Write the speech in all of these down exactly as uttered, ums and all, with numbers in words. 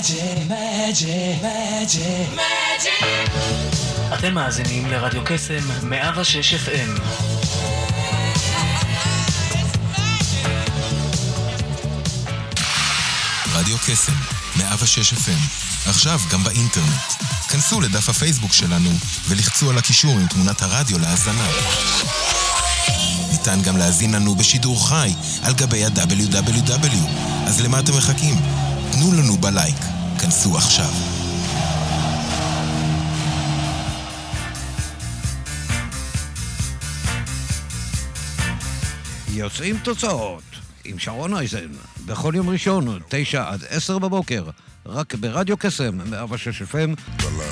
Magic, magic, magic, magic. אתם מאזינים לרדיו קסם מאה ושש אף אם. רדיו קסם מאה ושש אף אם, עכשיו גם באינטרנט. כנסו לדף הפייסבוק שלנו ולחצו על הקישור עם תמונת הרדיו להאזנה. ניתן גם להאזין לנו בשידור חי על גבי ה-דאבליו דאבליו דאבליו. אז למה אתם מחכים? תנו לנו בלייק. כנסו עכשיו. יוצאים תוצאות עם שרון אייזן בכל יום ראשון תשע עד עשר בבוקר, רק ברדיו קסם מאה ושש אף אם.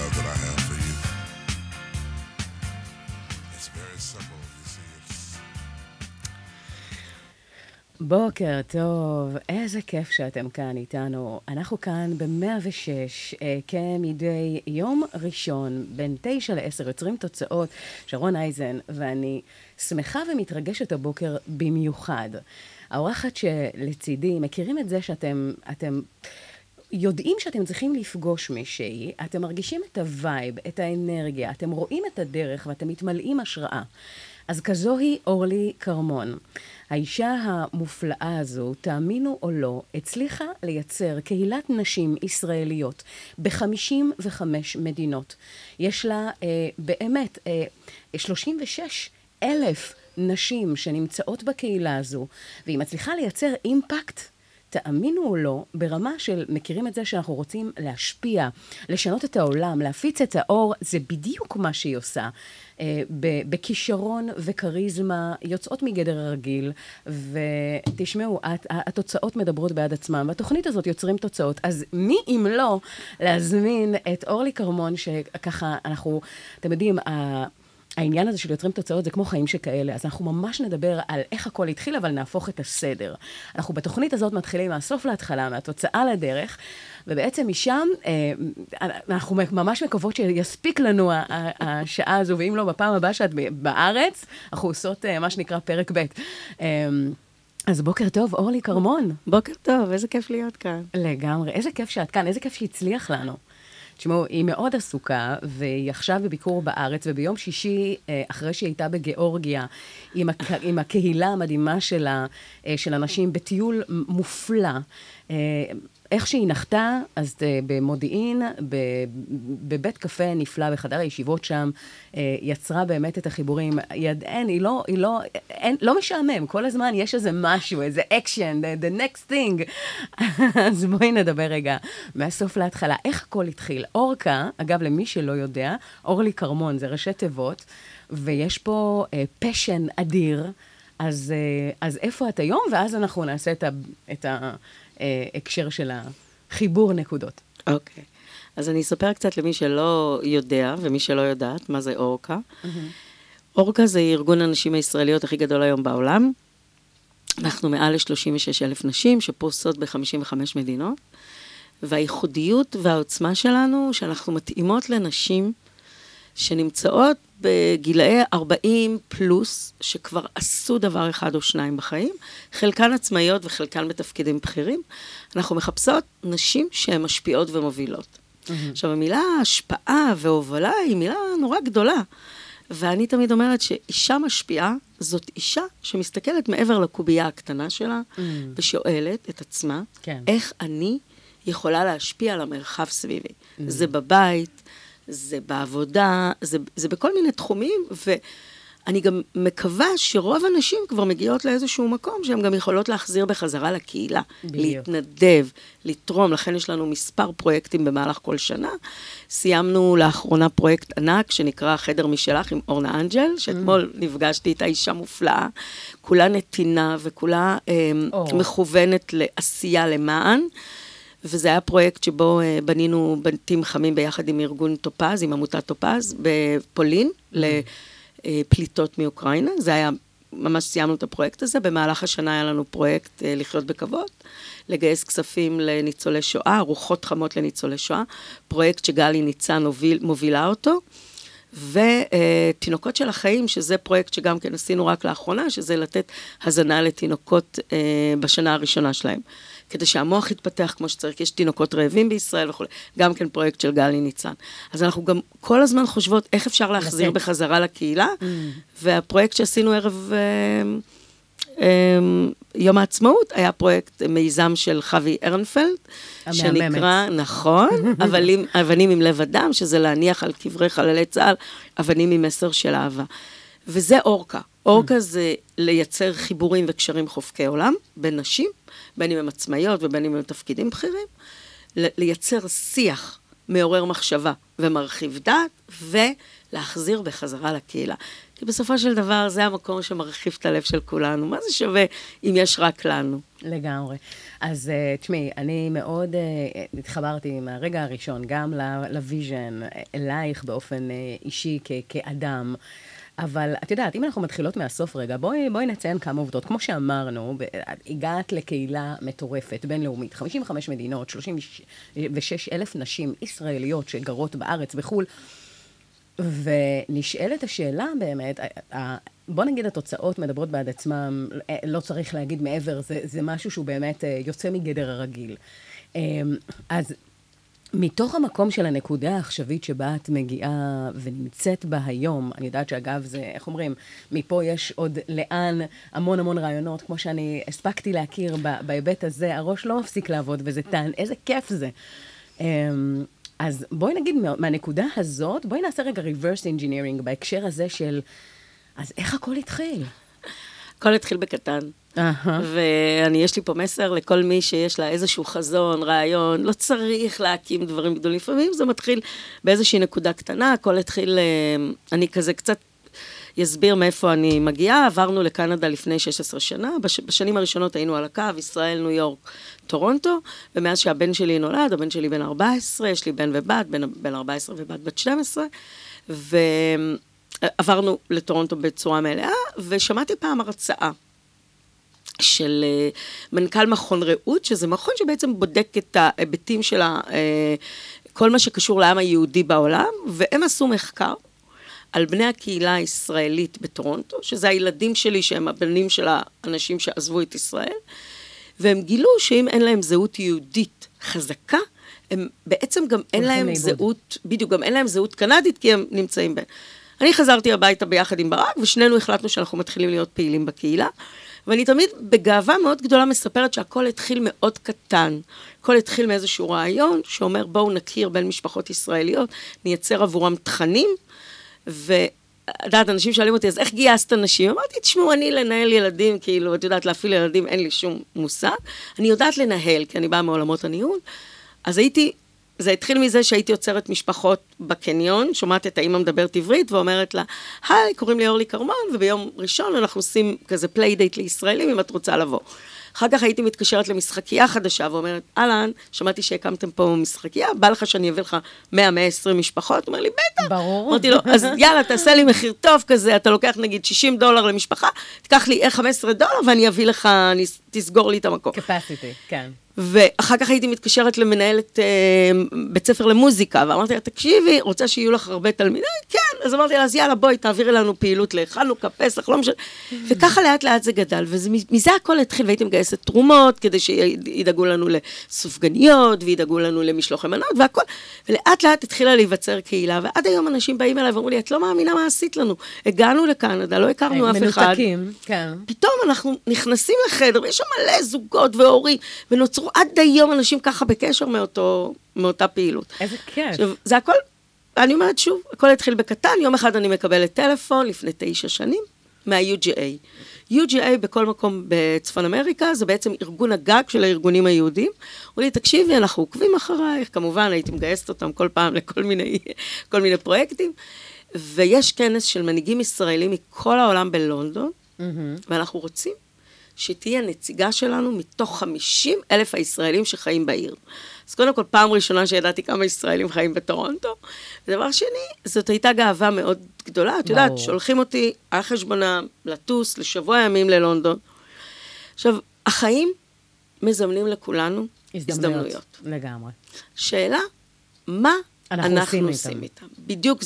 בוקר טוב, איזה כיף שאתם כאן איתנו. אנחנו כאן ב-מאה ושש, אה, כמדי יום ראשון, בין תשע לעשר, יוצרים תוצאות, שרון אייזן, ואני שמחה ומתרגשת הבוקר במיוחד. האורחת שלצידי, מכירים את זה שאתם אתם יודעים שאתם צריכים לפגוש מישהי, אתם מרגישים את הווייב, את האנרגיה, אתם רואים את הדרך ואתם מתמלאים השראה. אז כזו היא אורלי קרמון. האישה המופלאה הזו, תאמינו או לא, הצליחה לייצר קהילת נשים ישראליות ב-חמישים וחמש מדינות. יש לה אה, באמת אה, שלושים ושש אלף נשים שנמצאות בקהילה הזו, והיא מצליחה לייצר אימפקט, תאמינו או לא, ברמה של, מכירים את זה שאנחנו רוצים להשפיע, לשנות את העולם, להפיץ את האור, זה בדיוק מה שהיא עושה. אה, בכישרון וקריזמה, יוצאות מגדר הרגיל, ותשמעו, הת, התוצאות מדברות בעד עצמם, והתוכנית הזאת יוצרים תוצאות, אז מי אם לא להזמין את אורלי קרמון, שככה אנחנו, אתם יודעים, ה... העניין הזה של יוצרים תוצאות זה כמו חיים שכאלה, אז אנחנו ממש נדבר על איך הכל התחיל, אבל נהפוך את הסדר. אנחנו בתוכנית הזאת מתחילים מהסוף להתחלה, מהתוצאה לדרך, ובעצם משם אנחנו ממש מקוות שיספיק לנו השעה הזו, ואם לא בפעם הבאה שאת בארץ, אנחנו עושות מה שנקרא פרק ב'. אז בוקר טוב, אורלי קרמון. בוקר טוב, איזה כיף להיות כאן. לגמרי, איזה כיף שאת כאן, איזה כיף שהצליח לנו. תשמעו, היא מאוד עסוקה, והיא עכשיו בביקור בארץ, וביום שישי, אחרי שהיא הייתה בגיאורגיה, עם, הק... עם הקהילה המדהימה שלה, של אנשים, בטיול מופלא, איך שהיא נחתה, אז במודיעין, בבית קפה נפלא, בחדר הישיבות שם, יצרה באמת את החיבורים. ידען, היא לא, היא לא, אין, לא משעמם, כל הזמן יש איזה משהו, איזה אקשן, the next thing. אז בואי נדבר רגע, מהסוף להתחלה. איך הכל התחיל? אורקה, אגב, למי שלא יודע, אורלי קרמון, זה ראשי תיבות, ויש פה פשן אדיר, אז, אז איפה את היום? ואז אנחנו נעשה את ה... את ה הקשר של החיבור נקודות. אוקיי. אז אני אספר קצת למי שלא יודע, ומי שלא יודעת, מה זה אורקה. אורקה זה ארגון הנשים הישראליות הכי גדול היום בעולם. אנחנו מעל ל-שלושים ושש אלף נשים שפרוסות ב-חמישים וחמש מדינות, והייחודיות והעוצמה שלנו, שאנחנו מתאימות לנשים שנמצאות בגילאי ארבעים פלוס, שכבר עשו דבר אחד או שניים בחיים, חלקן עצמאיות וחלקן בתפקידים בכירים. אנחנו מחפשות נשים שהן משפיעות ומובילות. Mm-hmm. עכשיו, המילה השפעה והובלה היא מילה נורא גדולה, ואני תמיד אומרת שאישה משפיעה, זאת אישה שמסתכלת מעבר לקובייה הקטנה שלה, mm-hmm. ושואלת את עצמה, כן. איך אני יכולה להשפיע על המרחב סביבי. Mm-hmm. זה בבית, זה בעבודה, זה, זה בכל מיני תחומים, ואני גם מקווה שרוב הנשים כבר מגיעות לאיזשהו מקום, שהן גם יכולות להחזיר בחזרה לקהילה, בדיוק. להתנדב, לתרום, לכן יש לנו מספר פרויקטים במהלך כל שנה. סיימנו לאחרונה פרויקט ענק, שנקרא חדר משלך עם אורנה אנג'ל, שאתמול mm. נפגשתי איתה אישה מופלאה, כולה נתינה וכולה oh. מכוונת לעשייה למען, וזה היה פרויקט שבו uh, בנינו בתים חמים ביחד עם ארגון טופז, עם עמותת טופז, בפולין, mm. לפליטות מאוקראינה. זה היה, ממש סיימנו את הפרויקט הזה. במהלך השנה היה לנו פרויקט uh, לחיות בכבוד, לגייס כספים לניצולי שואה, רוחות חמות לניצולי שואה, פרויקט שגלי ניצן הוביל, מובילה אותו, ותינוקות של החיים, שזה פרויקט שגם כן עשינו רק לאחרונה, שזה לתת הזנה לתינוקות uh, בשנה הראשונה שלהם. כדי שהמוח יתפתח כמו שצריך, יש תינוקות רעבים בישראל וכו', גם כן פרויקט של גלי ניצן. אז אנחנו גם כל הזמן חושבות איך אפשר להחזיר בחזרה לקהילה, והפרויקט שעשינו ערב יום העצמאות, היה פרויקט מיזם של חווי ארנפלד, שנקרא, נכון, אבנים עם לב אדם, שזה להניח על קברי חללי צה"ל, אבנים עם מסר של אהבה. וזה אורקה. אורקה זה לייצר חיבורים וקשרים חופקי עולם, בין נשים, בין אם הם עצמאיות ובין אם הם תפקידים בכירים, לייצר שיח מעורר מחשבה ומרחיב דעת, ולהחזיר בחזרה לקהילה. כי בסופו של דבר זה המקום שמרחיב את הלב של כולנו. מה זה שווה אם יש רק לנו? לגמרי. אז תשמעי, אני מאוד התחברתי מהרגע הראשון, גם לוויז'ן, אלייך באופן אישי כאדם, אבל את יודעת, אם אנחנו מתחילות מהסוף רגע, בואי, בואי נציין כמה עובדות. כמו שאמרנו, הגעת לקהילה מטורפת, בינלאומית, חמישים וחמש מדינות, שלושים ושש אלף נשים ישראליות שגרות בארץ, בחול, ונשאלת השאלה באמת, בוא נגיד התוצאות מדברות בעד עצמם, לא צריך להגיד מעבר, זה, זה משהו שהוא באמת יוצא מגדר הרגיל. אז מתוך המקום של הנקודה העכשווית שבה את מגיעה ונמצאת בה היום, אני יודעת שאגב זה, איך אומרים, מפה יש עוד לאן המון המון רעיונות, כמו שאני הספקתי להכיר בהיבט הזה, הראש לא מפסיק לעבוד וזה טען, איזה כיף זה. אז בואי נגיד מהנקודה הזאת, בואי נעשה רגע reverse engineering בהקשר הזה של, אז איך הכל התחיל? הכל התחיל בקטן. ואני, יש לי פה מסר לכל מי שיש לה איזשהו חזון, רעיון, לא צריך להקים דברים גדולים. לפעמים זה מתחיל באיזושהי נקודה קטנה, הכל התחיל, אני כזה קצת יסביר מאיפה אני מגיעה, עברנו לקנדה לפני שש עשרה שנה, בשנים הראשונות היינו על הקו, ישראל, ניו יורק, טורונטו, ומאז שהבן שלי נולד, הבן שלי בן ארבע עשרה, יש לי בן ובת, בן, בן ארבע עשרה ובת בת שתים עשרה, ועברנו לטורונטו בצורה מלאה, ושמעתי פעם הרצאה של מנכ"ל מכון רעות, שזה מכון שבעצם בודק את ההיבטים של כל מה שקשור לעם היהודי בעולם, והם עשו מחקר על בני הקהילה הישראלית בטורונטו, שזה הילדים שלי שהם הבנים של האנשים שעזבו את ישראל, והם גילו שאם אין להם זהות יהודית חזקה, הם בעצם גם אין להם זהות, בדיוק, גם אין להם זהות קנדית, כי הם נמצאים בין. אני חזרתי הביתה ביחד עם ברק, ושנינו החלטנו שאנחנו מתחילים להיות פעילים בקהילה, ואני תמיד בגאווה מאוד גדולה מספרת שהכל התחיל מאוד קטן. הכל התחיל מאיזשהו רעיון שאומר בואו נכיר בין משפחות ישראליות, נייצר עבורם תכנים, ועדת אנשים שואלים אותי, אז איך גייסת אנשים? אמרתי, תשמעו, אני לנהל ילדים, כאילו, את יודעת, להפעיל ילדים, אין לי שום מושג. אני יודעת לנהל, כי אני באה מעולמות הניהול. אז הייתי, זה התחיל מזה שהייתי יוצרת משפחות בקניון, שומעת את האמא מדברת עברית, ואומרת לה, היי, קוראים לי אורלי קרמן, וביום ראשון אנחנו עושים כזה פליידייט לישראלים, אם את רוצה לבוא. אחר כך הייתי מתקשרת למשחקייה חדשה, ואומרת, אלן, שמעתי שהקמתם פה משחקייה, בא לך שאני אביא לך מאה מאה ועשרים משפחות? הוא אומר לי, בטח. ברור. אמרתי לו, אז יאללה, תעשה לי מחיר טוב כזה, אתה לוקח נגיד שישים דולר למשפחה, תיקח לי חמישה עשר דולר, ואני אביא לך, אני, תסגור לי את המקום. capacity, כן. ואחר כך הייתי מתקשרת למנהלת אה, בית ספר למוזיקה, ואמרתי לה, תקשיבי, רוצה שיהיו לך הרבה תלמידים? כן. אז אמרתי לה, אז יאללה, בואי, תעבירי לנו פעילות לחנוכה, פסח, לא משנה. וככה לאט לאט זה גדל, ומזה הכל התחיל, והייתי מגייסת תרומות, כדי שידאגו לנו לסופגניות, וידאגו לנו למשלוחי מנות, והכל. ולאט לאט התחילה להיווצר קהילה, ועד היום אנשים באים אליי ואומרים לי, את לא מאמינה מה עשית לנו. הגענו לקנדה, לא הכרנו אף אחד. מנותקים, כן. פתאום אנחנו נכנסים לחדר, ויש שם מלא זוגות והורים, ונוצרו עד היום אנשים ככה בקשר מאותו, מאותה פעילות. איזה כיף. עכשיו, זה הכל, אני אומרת שוב, הכל התחיל בקטן, יום אחד אני מקבלת טלפון, לפני תשע שנים, מה-יו ג'י איי. יו ג'י איי בכל מקום בצפון אמריקה, זה בעצם ארגון הגג של הארגונים היהודים. הוא לי, תקשיבי, אנחנו עוקבים אחרייך, כמובן, הייתי מגייסת אותם כל פעם לכל מיני, כל מיני פרויקטים, ויש כנס של מנהיגים ישראלים מכל העולם בלונדון, mm-hmm. ואנחנו רוצים שתהיה נציגה שלנו מתוך חמישים אלף הישראלים שחיים בעיר. אז קודם כל, פעם ראשונה שידעתי כמה ישראלים חיים בטורונטו, ודבר שני, זאת הייתה גאווה מאוד גדולה, את יודעת, שולחים אותי על חשבונה לטוס לשבוע ימים ללונדון. עכשיו, החיים מזמנים לכולנו הזדמנויות. הזדמנויות. לגמרי. שאלה, מה אנחנו, אנחנו עושים, עושים איתם? בדיוק זה.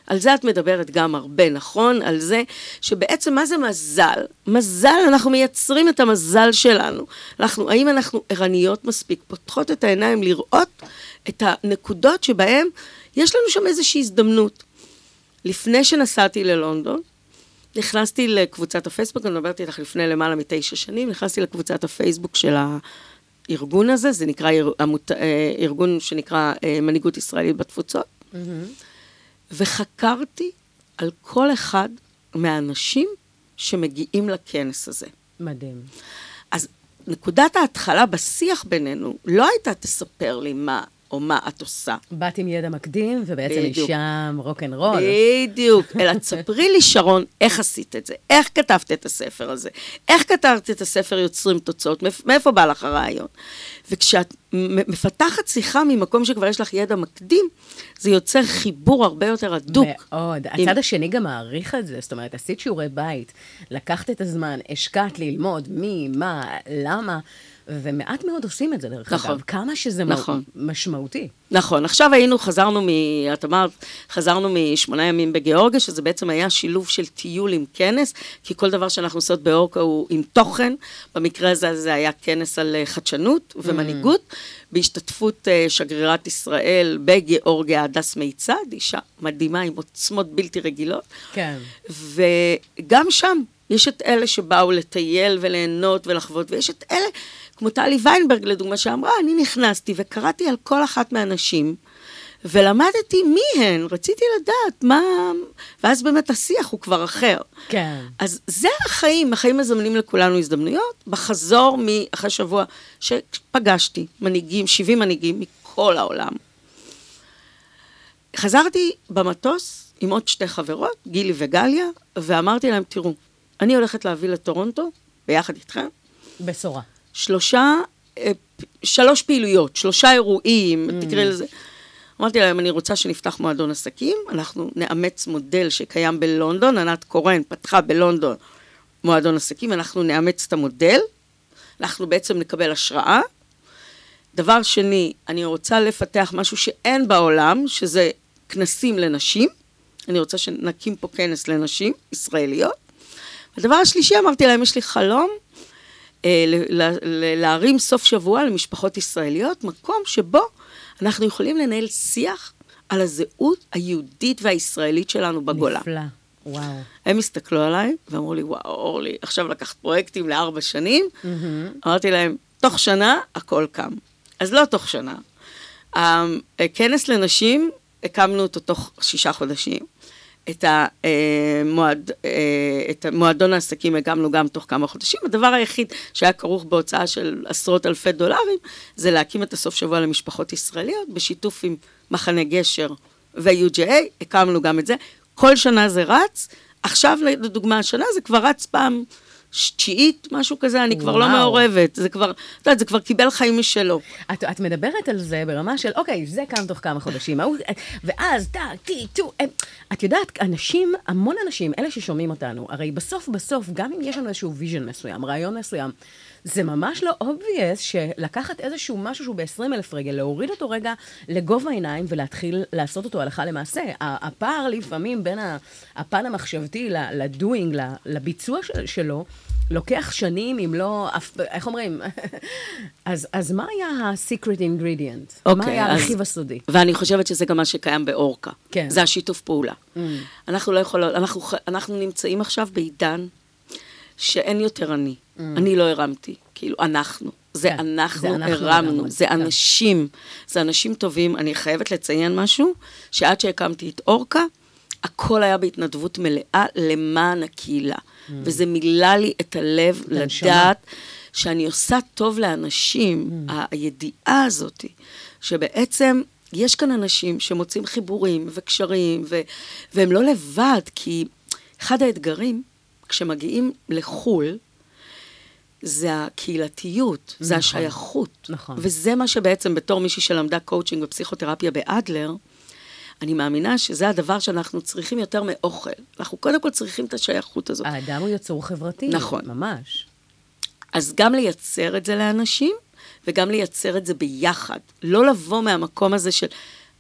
על זה את מדברת גם הרבה, נכון? על זה שבעצם מה זה מזל? מזל, אנחנו מייצרים את המזל שלנו. אנחנו, האם אנחנו ערניות מספיק, פותחות את העיניים לראות את הנקודות שבהן יש לנו שם איזושהי הזדמנות. לפני שנסעתי ללונדון, נכנסתי לקבוצת הפייסבוק, אני מדברת איתך לפני למעלה מתשע שנים, נכנסתי לקבוצת הפייסבוק של הארגון הזה, זה נקרא ארגון שנקרא מנהיגות ישראלית בתפוצות, mm-hmm. וחקרתי על כל אחד מהאנשים שמגיעים לכנס הזה. מדהים. אז נקודת ההתחלה בשיח בינינו, לא הייתה תספר לי מה או מה את עושה. באת עם ידע מקדים, ובעצם משם רוק'נ'רול. בדיוק. אלא תספרי לי, שרון, איך עשית את זה? איך כתבת את הספר הזה? איך כתבת את הספר יוצרים תוצאות? מאיפה בא לך הרעיון? וכשאת מפתחת שיחה ממקום שכבר יש לך ידע מקדים, זה יוצר חיבור הרבה יותר הדוק. מאוד. הצד השני גם מעריך את זה, זאת אומרת, עשית שיעורי בית, לקחת את הזמן, השקעת ללמוד מי, מה, למה, ומעט מאוד עושים את זה דרך נכון. אגב, כמה שזה נכון. משמעותי. נכון, עכשיו היינו, חזרנו מ... את אמרת, חזרנו משמונה ימים בגיאורגיה, שזה בעצם היה שילוב של טיול עם כנס, כי כל דבר שאנחנו עושות באורקה הוא עם תוכן, במקרה הזה זה היה כנס על חדשנות ומנהיגות, mm. בהשתתפות שגרירת ישראל בגיאורגיה, הדס מיצד, אישה מדהימה עם עוצמות בלתי רגילות, כן. וגם שם יש את אלה שבאו לטייל וליהנות ולחוות, ויש את אלה, כמו טלי ויינברג לדוגמה שאמרה, אני נכנסתי וקראתי על כל אחת מהאנשים, ולמדתי מי הן, רציתי לדעת מה, ואז באמת השיח הוא כבר אחר. כן. אז זה החיים, החיים מזמנים לכולנו הזדמנויות, בחזור מאחרי שבוע שפגשתי מנהיגים, שבעים מנהיגים מכל העולם. חזרתי במטוס עם עוד שתי חברות, גילי וגליה, ואמרתי להם, תראו, אני הולכת להביא לטורונטו, ביחד איתכם. בשורה. שלושה, שלוש פעילויות, שלושה אירועים, mm. תקראי לזה. אמרתי להם, אני רוצה שנפתח מועדון עסקים, אנחנו נאמץ מודל שקיים בלונדון, ענת קורן פתחה בלונדון מועדון עסקים, אנחנו נאמץ את המודל, אנחנו בעצם נקבל השראה. דבר שני, אני רוצה לפתח משהו שאין בעולם, שזה כנסים לנשים, אני רוצה שנקים פה כנס לנשים ישראליות. הדבר השלישי, אמרתי להם, יש לי חלום, אה, להרים סוף שבוע למשפחות ישראליות, מקום שבו אנחנו יכולים לנהל שיח על הזהות היהודית והישראלית שלנו בגולה. נפלא, וואו. הם הסתכלו עליי ואמרו לי, וואו, אורלי, עכשיו לקחת פרויקטים לארבע שנים, mm-hmm. אמרתי להם, תוך שנה הכל קם. אז לא תוך שנה. הכנס לנשים, הקמנו אותו תוך שישה חודשים. את, המועד, את המועדון העסקים הקמנו גם תוך כמה חודשים. הדבר היחיד שהיה כרוך בהוצאה של עשרות אלפי דולרים, זה להקים את הסוף שבוע למשפחות ישראליות, בשיתוף עם מחנה גשר ו-יו ג'יי איי, הקמנו גם את זה. כל שנה זה רץ, עכשיו לדוגמה השנה זה כבר רץ פעם תשיעית, משהו כזה, אני כבר וואו. לא מעורבת, זה כבר, את יודעת, זה כבר קיבל חיים משלו. את, את מדברת על זה ברמה של, אוקיי, זה קם תוך כמה חודשים, ואז, תה, טי, טו, את יודעת, אנשים, המון אנשים, אלה ששומעים אותנו, הרי בסוף בסוף, גם אם יש לנו איזשהו ויז'ן מסוים, רעיון מסוים, זה ממש לא obvious שלקחת איזשהו משהו שהוא ב-עשרים אלף רגל, להוריד אותו רגע לגובה העיניים ולהתחיל לעשות אותו הלכה למעשה. הפער לפעמים בין הפן המחשבתי לדוינג, לביצוע שלו, לוקח שנים אם לא, איך אומרים? אז, אז מה היה ה-secret ingredient? Okay, מה היה הרכיב הסודי? ואני חושבת שזה גם מה שקיים באורקה. כן. זה השיתוף פעולה. Mm. אנחנו לא יכולות, אנחנו, אנחנו נמצאים עכשיו בעידן שאין יותר אני. Mm. אני לא הרמתי, כאילו, אנחנו. זה כן, אנחנו, זה אנחנו הרמנו, זה כן. אנשים, זה אנשים טובים. אני חייבת לציין משהו, שעד שהקמתי את אורקה, הכל היה בהתנדבות מלאה למען הקהילה. Mm. וזה מילא לי את הלב לדעת שמה. שאני עושה טוב לאנשים, mm. הידיעה הזאת, שבעצם יש כאן אנשים שמוצאים חיבורים וקשרים, ו- והם לא לבד, כי אחד האתגרים, כשמגיעים לחול, זה הקהילתיות, נכון, זה השייכות. נכון. וזה מה שבעצם בתור מישהי שלמדה קואוצ'ינג ופסיכותרפיה באדלר, אני מאמינה שזה הדבר שאנחנו צריכים יותר מאוכל. אנחנו קודם כל צריכים את השייכות הזאת. האדם הוא יצור חברתי. נכון. ממש. אז גם לייצר את זה לאנשים, וגם לייצר את זה ביחד. לא לבוא מהמקום הזה של,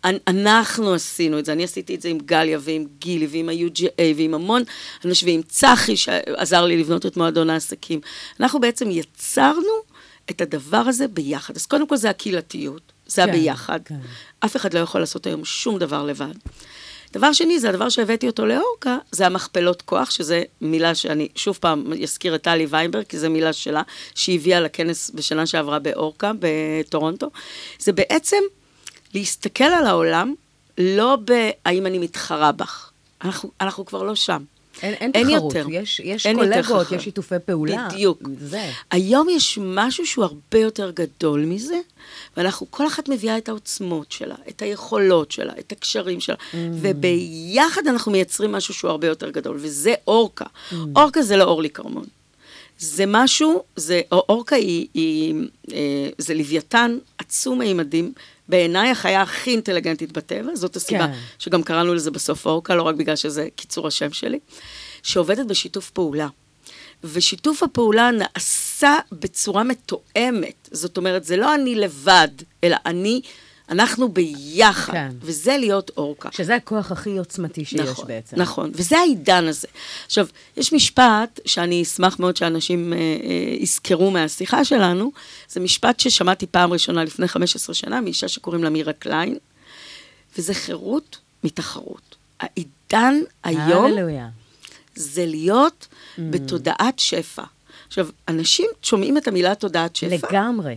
אנחנו עשינו את זה, אני עשיתי את זה עם גליה ועם גילי ועם ה-יו ג'י איי ועם המון אנשים ועם צחי שעזר לי לבנות את מועדון העסקים. אנחנו בעצם יצרנו את הדבר הזה ביחד. אז קודם כל זה הקהילתיות, זה הביחד. אף אחד לא יכול לעשות היום שום דבר לבד. דבר שני, זה הדבר שהבאתי אותו לאורקה, זה המכפלות כוח, שזה מילה שאני שוב פעם אזכיר את טלי ויינברג, כי זו מילה שלה, שהיא הביאה לכנס בשנה שעברה באורקה, בטורונטו. זה בעצם להסתכל על העולם, לא בהאם אני מתחרה בך. אנחנו, אנחנו כבר לא שם. אין, אין, אין תחרות, יותר. יש, יש אין קולגות, יש שיתופי פעולה. בדיוק. זה. היום יש משהו שהוא הרבה יותר גדול מזה, ואנחנו, כל אחת מביאה את העוצמות שלה, את היכולות שלה, את הקשרים שלה, mm. וביחד אנחנו מייצרים משהו שהוא הרבה יותר גדול, וזה אורקה. Mm. אורקה זה לא אורלי קרמון. זה משהו, זה, אורקה היא, היא, היא, זה לוויתן עצום מימדים, בעיניי החיה הכי אינטליגנטית בטבע, זאת הסיבה כן. שגם קראנו לזה בסוף אורקה, לא רק בגלל שזה קיצור השם שלי, שעובדת בשיתוף פעולה. ושיתוף הפעולה נעשה בצורה מתואמת. זאת אומרת, זה לא אני לבד, אלא אני, אנחנו ביחד. כן. וזה להיות אורקה. שזה הכוח הכי עוצמתי שיש נכון, בעצם. נכון, וזה העידן הזה. עכשיו, יש משפט שאני אשמח מאוד שאנשים אה, אה, יזכרו מהשיחה שלנו, זה משפט ששמעתי פעם ראשונה לפני חמש עשרה שנה, מאישה שקוראים לה מירה קליין, וזה חירות מתחרות. העידן היום, הללויה. זה להיות mm. בתודעת שפע. עכשיו, אנשים שומעים את המילה תודעת שפע. לגמרי.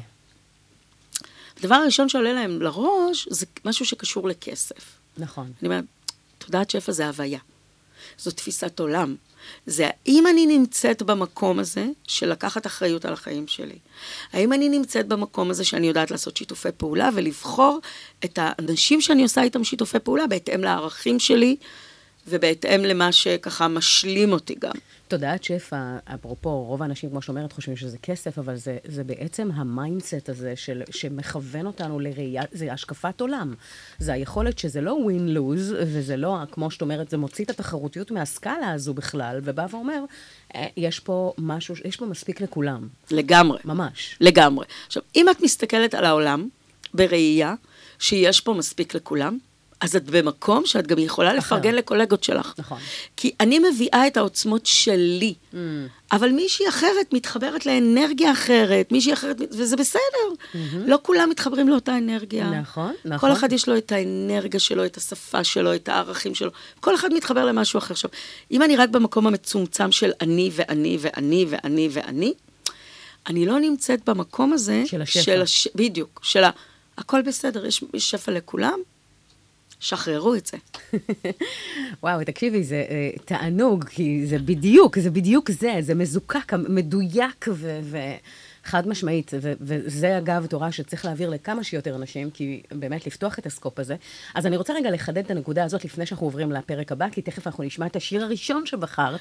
הדבר הראשון שעולה להם לראש, זה משהו שקשור לכסף. נכון. אני אומרת, תודעת שפע זה הוויה. זו תפיסת עולם. זה האם אני נמצאת במקום הזה של לקחת אחריות על החיים שלי? האם אני נמצאת במקום הזה שאני יודעת לעשות שיתופי פעולה ולבחור את האנשים שאני עושה איתם שיתופי פעולה בהתאם לערכים שלי ובהתאם למה שככה משלים אותי גם. תודעת שפע, אפרופו, רוב האנשים, כמו שאומרת, חושבים שזה כסף, אבל זה, זה בעצם המיינדסט הזה של, שמכוון אותנו לראייה, זה השקפת עולם. זה היכולת שזה לא win-lose, וזה לא, כמו שאת אומרת, זה מוציא את התחרותיות מהסקאלה הזו בכלל, ובא ואומר, יש פה משהו, יש פה מספיק לכולם. לגמרי. ממש. לגמרי. עכשיו, אם את מסתכלת על העולם, בראייה, שיש פה מספיק לכולם, אז את במקום שאת גם יכולה אחר. לפרגן לקולגות שלך. נכון. כי אני מביאה את העוצמות שלי, mm. אבל מישהי אחרת מתחברת לאנרגיה אחרת, מישהי אחרת, וזה בסדר. Mm-hmm. לא כולם מתחברים לאותה אנרגיה. נכון, נכון. כל אחד יש לו את האנרגיה שלו, את השפה שלו, את הערכים שלו. כל אחד מתחבר למשהו אחר. עכשיו, אם אני רק במקום המצומצם של אני ואני ואני ואני ואני, אני לא נמצאת במקום הזה. של השפע. של הש... בדיוק. של ה... הכל בסדר, יש שפע לכולם. שחררו את זה. וואו, תקשיבי, זה uh, תענוג, כי זה בדיוק, זה בדיוק זה, זה מזוקק, מדויק ו... ו... חד משמעית, ו- וזה אגב תורה שצריך להעביר לכמה שיותר אנשים, כי באמת לפתוח את הסקופ הזה. אז אני רוצה רגע לחדד את הנקודה הזאת לפני שאנחנו עוברים לפרק הבא, כי תכף אנחנו נשמע את השיר הראשון שבחר,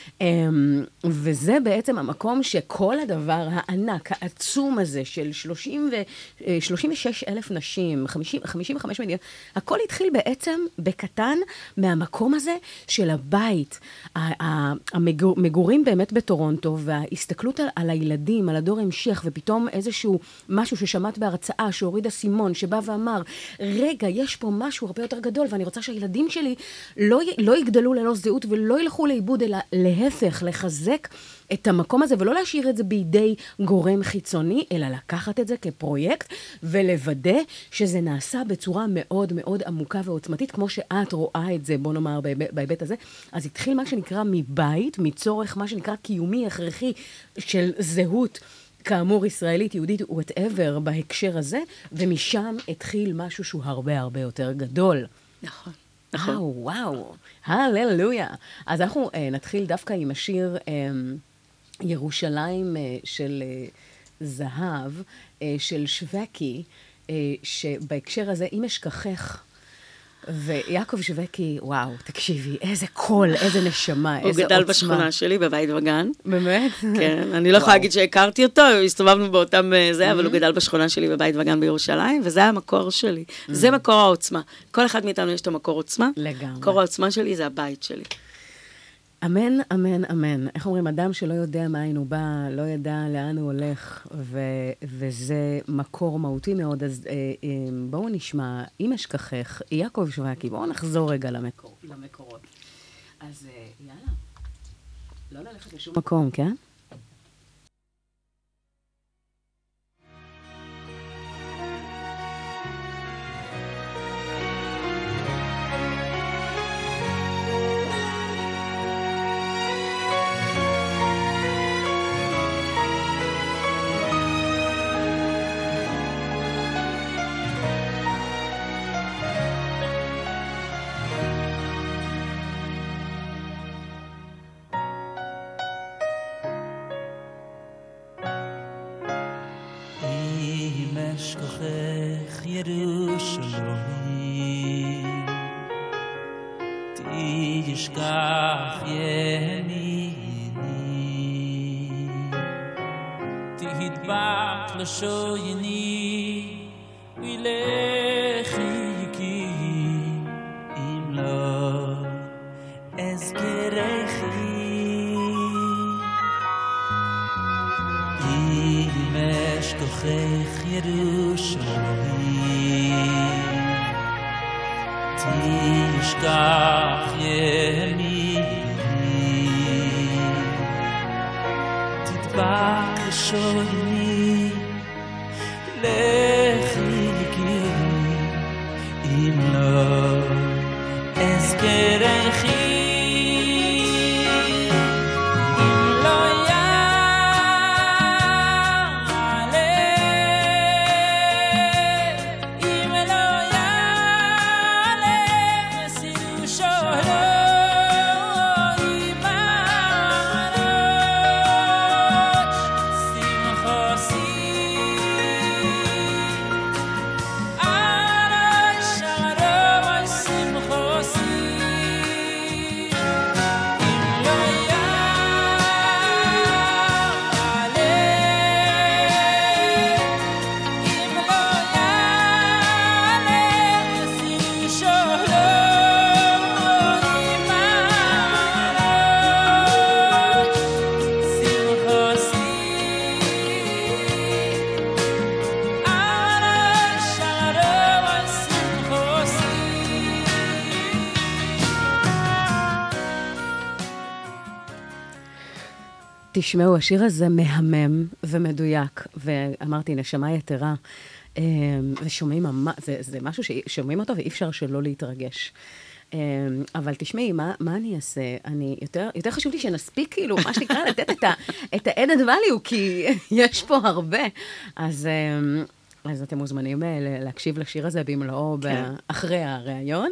וזה בעצם המקום שכל הדבר הענק, העצום הזה של שלושים ושש אלף נשים, חמישים וחמש מדינות, הכל התחיל בעצם בקטן מהמקום הזה של הבית, המגורים באמת בטורונטו, וההסתכלות על, על הילדים, על הדור המשך, ופתאום איזשהו משהו ששמעת בהרצאה, שהוריד הסימון, שבא ואמר, רגע, יש פה משהו הרבה יותר גדול, ואני רוצה שהילדים שלי לא, לא יגדלו ללא זהות, ולא ילכו לאיבוד, אלא להפך, לחזק את המקום הזה, ולא להשאיר את זה בידי גורם חיצוני, אלא לקחת את זה כפרויקט, ולוודא שזה נעשה בצורה מאוד מאוד עמוקה ועוצמתית, כמו שאת רואה את זה, בוא נאמר, בהיבט הזה. אז התחיל מה שנקרא מבית, מצורך מה שנקרא קיומי הכרחי של זהות, כאמור ישראלית, יהודית, whatever, בהקשר הזה, ומשם התחיל משהו שהוא הרבה הרבה יותר גדול. נכון. נכון. וואו, וואו, הללויה. אז אנחנו אה, נתחיל דווקא עם השיר אה, ירושלים אה, של אה, זהב, אה, של שווקי, אה, שבהקשר הזה, אם אשכחך, ויעקב שווקי, וואו, תקשיבי, איזה קול, איזה נשמה, איזה עוצמה. הוא גדל בשכונה שלי, בבית וגן. באמת? כן, אני לא יכולה להגיד שהכרתי אותו, הסתובבנו באותם זה, אבל הוא גדל בשכונה שלי בבית וגן בירושלים, וזה המקור שלי. זה מקור העוצמה. כל אחד מאיתנו יש את המקור עוצמה. לגמרי. מקור העוצמה שלי זה הבית שלי. אמן, אמן, אמן. איך אומרים, אדם שלא יודע מאין הוא בא, לא ידע לאן הוא הולך, ו- וזה מקור מהותי מאוד. אז אה, אה, בואו נשמע, אם אשכחך, יעקב שווקי, בואו נחזור רגע למקור, למקורות. אז אה, יאללה, לא ללכת לשום מקום, כן? אשכחך ירושלים, תשכח ימיני, תדבק לשויני ולכי כי אם לא אזכרכי. אם אשכחך ירושלים, תשכח ימיני, תדבק לשויני לכי כי אם לא אזכרכי. תשמעו, השיר הזה מהמם ומדויק, ואמרתי, נשמה יתרה, ושומעים, זה, זה משהו ששומעים אותו ואי אפשר שלא להתרגש. אבל תשמעי, מה, מה אני אעשה? אני, יותר, יותר חשוב לי שנספיק, כאילו, מה שנקרא, לתת את ה, את ה-added value, כי יש פה הרבה. אז, אז אתם מוזמנים להקשיב לשיר הזה במלואו אחרי הראיון.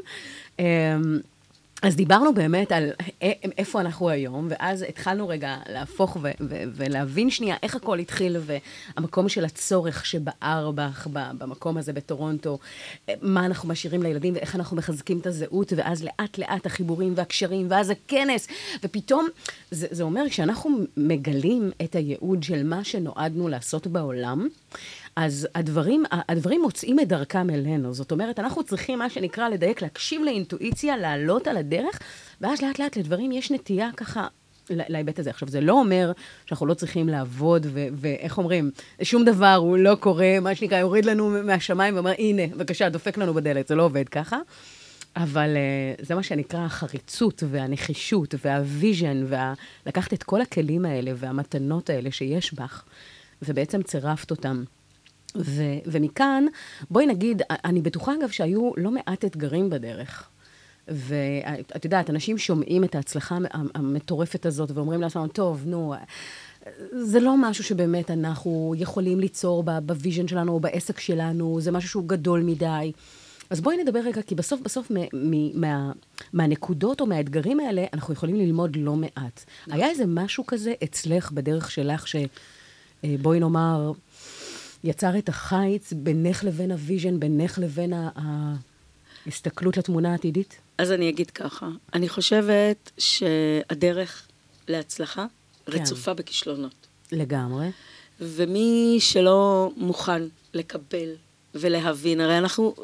אז דיברנו באמת על איפה אנחנו היום, ואז התחלנו רגע להפוך ו- ו- ולהבין שנייה איך הכל התחיל, והמקום של הצורך שבער בך, במקום הזה בטורונטו, מה אנחנו משאירים לילדים, ואיך אנחנו מחזקים את הזהות, ואז לאט לאט החיבורים והקשרים, ואז הכנס, ופתאום זה, זה אומר שאנחנו מגלים את הייעוד של מה שנועדנו לעשות בעולם, אז הדברים, הדברים מוצאים את דרכם אלינו. זאת אומרת, אנחנו צריכים מה שנקרא לדייק, להקשיב לאינטואיציה, לעלות על הדרך, ואז לאט לאט לדברים יש נטייה ככה להיבט הזה. עכשיו, זה לא אומר שאנחנו לא צריכים לעבוד, ו- ואיך אומרים, שום דבר הוא לא קורה, מה שנקרא, יוריד לנו מהשמיים ואומר, הנה, בבקשה, דופק לנו בדלת, זה לא עובד ככה. אבל uh, זה מה שנקרא החריצות והנחישות והוויז'ן, ולקחת את כל הכלים האלה והמתנות האלה שיש בך, ובעצם צירפת אותם. ו- ומכאן, בואי נגיד, אני בטוחה אגב שהיו לא מעט אתגרים בדרך. ואת יודעת, אנשים שומעים את ההצלחה המטורפת הזאת ואומרים לעצמם, טוב, נו, זה לא משהו שבאמת אנחנו יכולים ליצור בוויז'ן שלנו או בעסק שלנו, זה משהו שהוא גדול מדי. אז בואי נדבר רגע, כי בסוף בסוף מ- מה, מהנקודות או מהאתגרים האלה, אנחנו יכולים ללמוד לא מעט. היה איזה משהו כזה אצלך בדרך שלך, שבואי נאמר, יצר את החיץ בינך לבין הוויז'ן, בינך לבין ההסתכלות לתמונה העתידית? אז אני אגיד ככה, אני חושבת שהדרך להצלחה רצופה בכישלונות. לגמרי. ומי שלא מוכן לקבל ולהבין, הרי אנחנו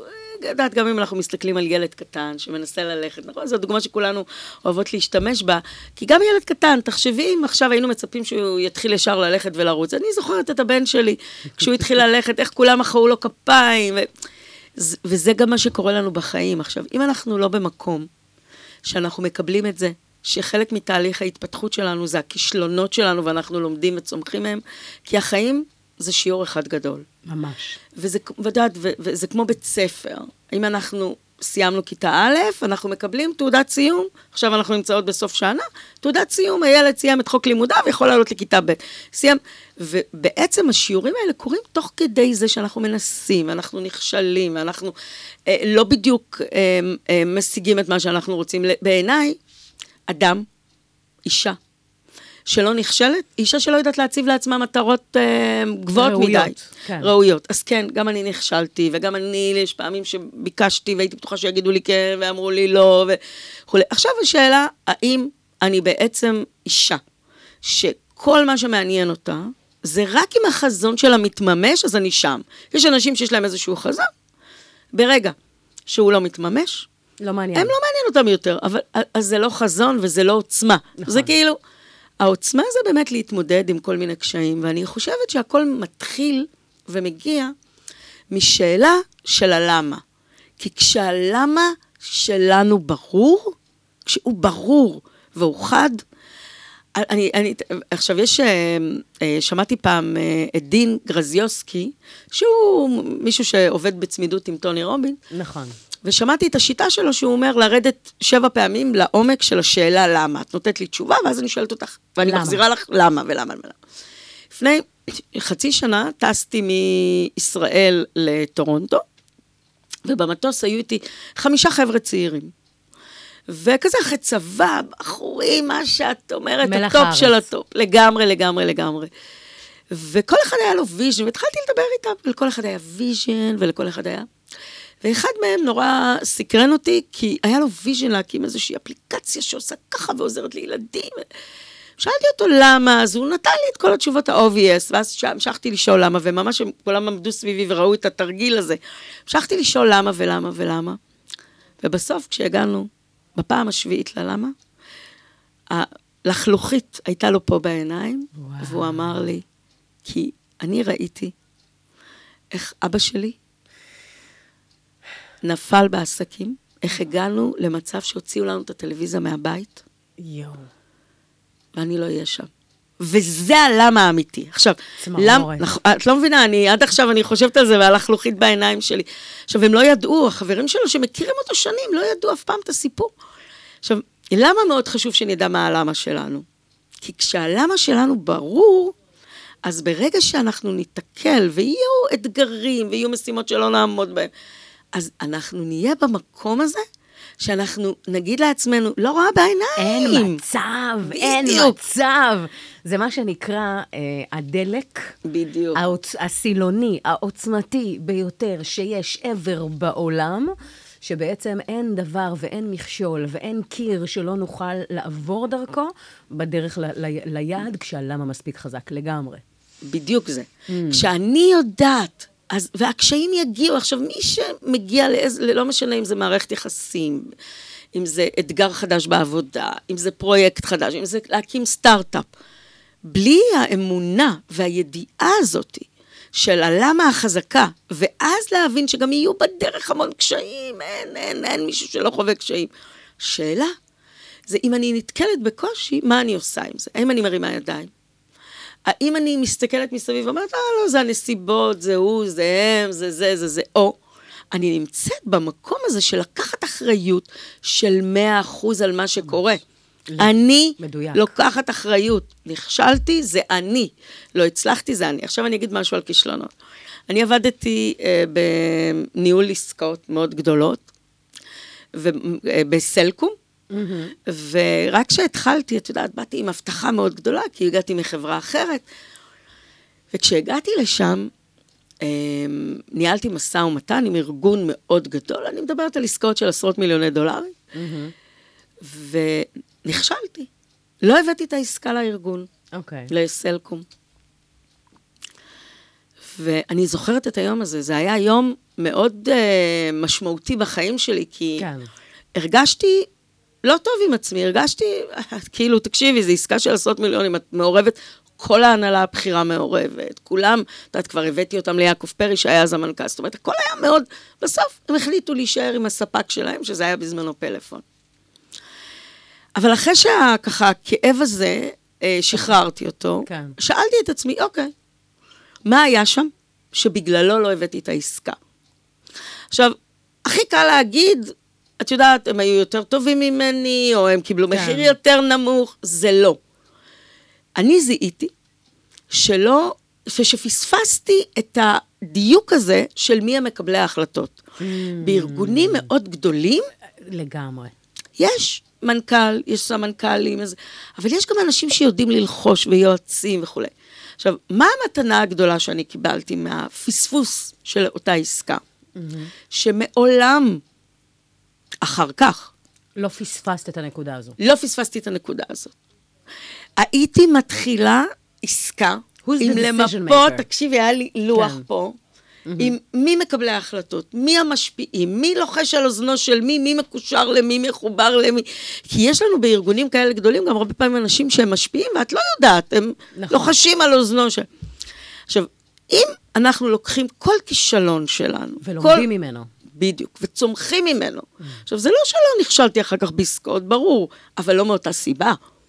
יודעת, גם אם אנחנו מסתכלים על ילד קטן שמנסה ללכת, נכון? זו דוגמה שכולנו אוהבות להשתמש בה, כי גם ילד קטן, תחשבי, אם עכשיו היינו מצפים שהוא יתחיל ישר ללכת ולרוץ, אני זוכרת את הבן שלי, כשהוא התחיל ללכת, איך כולם מחאו לו כפיים, ו... וזה גם מה שקורה לנו בחיים. עכשיו, אם אנחנו לא במקום שאנחנו מקבלים את זה, שחלק מתהליך ההתפתחות שלנו זה הכישלונות שלנו, ואנחנו לומדים וצומחים מהם, כי החיים זה שיעור אחד גדול. ממש. וזה, ודעת, ו, וזה כמו בית ספר. אם אנחנו סיימנו כיתה א', אנחנו מקבלים תעודת סיום, עכשיו אנחנו נמצאות בסוף שנה, תעודת סיום, הילד סיים את חוק לימודיו, יכול לעלות לכיתה ב'. סיים, ובעצם השיעורים האלה קורים תוך כדי זה שאנחנו מנסים, אנחנו נכשלים, אנחנו אה, לא בדיוק אה, אה, משיגים את מה שאנחנו רוצים. בעיניי, אדם, אישה, שלא נכשלת, אישה שלא יודעת להציב לעצמה מטרות אה, גבוהות ראויות, מדי. כן. ראויות. אז כן, גם אני נכשלתי, וגם אני, יש פעמים שביקשתי, והייתי בטוחה שיגידו לי כן, ואמרו לי לא, וכו'. עכשיו השאלה, האם אני בעצם אישה, שכל מה שמעניין אותה, זה רק אם החזון שלה מתממש, אז אני שם. יש אנשים שיש להם איזשהו חזון, ברגע שהוא לא מתממש, לא מעניין. הם לא מעניין אותם יותר, אבל אז זה לא חזון וזה לא עוצמה. נכון. זה כאילו, העוצמה זה באמת להתמודד עם כל מיני קשיים, ואני חושבת שהכל מתחיל ומגיע משאלה של הלמה. כי כשהלמה שלנו ברור, כשהוא ברור והוא חד, אני, אני, עכשיו יש, שמעתי פעם את דין גרזיוסקי, שהוא מישהו שעובד בצמידות עם טוני רובינס. נכון. ושמעתי את השיטה שלו שהוא אומר לרדת שבע פעמים לעומק של השאלה למה. את נותנת לי תשובה ואז אני שואלת אותך, ואני למה? מחזירה לך למה ולמה ולמה. לפני חצי שנה טסתי מישראל לטורונטו, ובמטוס היו איתי חמישה חבר'ה צעירים. וכזה אחרי צבא, בחורים, מה שאת אומרת, מלח הטופ הארץ. של הטופ, לגמרי, לגמרי, לגמרי. וכל אחד היה לו ויז'ן, והתחלתי לדבר איתם, ולכל אחד היה ויז'ן, ולכל אחד היה... ואחד מהם נורא סקרן אותי, כי היה לו ויז'ן להקים איזושהי אפליקציה שעושה ככה ועוזרת לילדים. שאלתי אותו למה, אז הוא נתן לי את כל התשובות ה-obvious, ואז המשכתי לשאול למה, וממש כולם עמדו סביבי וראו את התרגיל הזה. המשכתי לשאול למה ולמה ולמה. ובסוף, כשהגענו בפעם השביעית ללמה, הלחלוכית הייתה לו פה בעיניים, וואו. והוא אמר לי, כי אני ראיתי איך אבא שלי נפל בעסקים, איך הגענו למצב שהוציאו לנו את הטלוויזיה מהבית, יואו. ואני לא אהיה שם. וזה הלמה האמיתי. עכשיו, צמרמורת. למ, את לא מבינה, אני, עד עכשיו אני חושבת על זה, והלחלוכית בעיניים שלי. עכשיו, הם לא ידעו, החברים שלו שמכירים אותו שנים, לא ידעו אף פעם את הסיפור. עכשיו, למה מאוד חשוב שנדע מה הלמה שלנו? כי כשהלמה שלנו ברור, אז ברגע שאנחנו ניתקל, ויהיו אתגרים, ויהיו משימות שלא נעמוד בהם, אז אנחנו נהיה במקום הזה, שאנחנו נגיד לעצמנו, לא רואה בעיניים. אין מצב, בדיוק. אין מצב. זה מה שנקרא אה, הדלק. בדיוק. העוצ... הסילוני, העוצמתי ביותר שיש ever בעולם, שבעצם אין דבר ואין מכשול ואין קיר שלא נוכל לעבור דרכו, בדרך ל... ל... ליעד, כשהלמה מספיק חזק לגמרי. בדיוק זה. Mm. כשאני יודעת, אז, והקשיים יגיעו, עכשיו מי שמגיע לאיזה, לא משנה אם זה מערכת יחסים, אם זה אתגר חדש בעבודה, אם זה פרויקט חדש, אם זה להקים סטארט-אפ, בלי האמונה והידיעה הזאת של הלמה החזקה, ואז להבין שגם יהיו בדרך המון קשיים, אין, אין, אין מישהו שלא חווה קשיים. שאלה, זה אם אני נתקלת בקושי, מה אני עושה עם זה? האם אני מרימה ידיים? האם אני מסתכלת מסביב ואומרת, אה, לא, זה הנסיבות, זה הוא, זה הם, זה זה, זה זה, או אני נמצאת במקום הזה של לקחת אחריות של מאה אחוז על מה שקורה. אני מדויק. לוקחת אחריות. נכשלתי, זה אני. לא הצלחתי, זה אני. עכשיו אני אגיד משהו על כישלונות. אני עבדתי אה, בניהול עסקאות מאוד גדולות, ובסלקום, Mm-hmm. ורק כשהתחלתי, את יודעת, באתי עם הבטחה מאוד גדולה, כי הגעתי מחברה אחרת, וכשהגעתי לשם, ניהלתי מסע ומתן עם ארגון מאוד גדול, אני מדברת על עסקאות של עשרות מיליוני דולרים, mm-hmm. ונכשלתי. לא הבאתי את העסקה לארגון, okay. לסלקום. ואני זוכרת את היום הזה, זה היה יום מאוד אה, משמעותי בחיים שלי, כי כן. הרגשתי לא טוב עם עצמי, הרגשתי, כאילו, תקשיבי, זו עסקה של עשרות מיליונים, את מעורבת, כל ההנהלה הבחירה מעורבת, כולם, את יודעת, כבר הבאתי אותם ליעקב פרי, שהיה אז המנכ"ל, זאת אומרת, הכל היה מאוד, בסוף הם החליטו להישאר עם הספק שלהם, שזה היה בזמנו פלאפון. אבל אחרי שככה, הכאב הזה, אה, שחררתי אותו, כן. שאלתי את עצמי, אוקיי, מה היה שם שבגללו לא הבאתי את העסקה? עכשיו, הכי קל להגיד, את יודעת, הם היו יותר טובים ממני, או הם קיבלו כן. מחיר יותר נמוך, זה לא. אני זיהיתי שלא, שפספסתי את הדיוק הזה של מי המקבלי ההחלטות. Mm. בארגונים מאוד גדולים, לגמרי. יש מנכ"ל, יש סמנכ"לים, אבל יש גם אנשים שיודעים ללחוש ויועצים וכו'. עכשיו, מה המתנה הגדולה שאני קיבלתי מהפספוס של אותה עסקה? Mm-hmm. שמעולם אחר כך, לא פספסת את הנקודה הזו. לא פספסתי את הנקודה הזאת. הייתי מתחילה עסקה, Who's עם the decision למפות, maker? תקשיבי, היה לי לוח כן. פה, עם מי מקבלי ההחלטות, מי המשפיעים, מי לוחש על אוזנו של מי, מי מקושר למי, מחובר למי. כי יש לנו בארגונים כאלה גדולים, גם הרבה פעמים אנשים שהם משפיעים, ואת לא יודעת, הם נכון. לוחשים על אוזנו של... עכשיו, אם אנחנו לוקחים כל כישלון שלנו, ולומדים כל... ממנו. בדיוק, וצומחים ממנו. עכשיו, זה לא שלא נכשלתי אחר כך בעסקאות, ברור, אבל לא מאותה סיבה.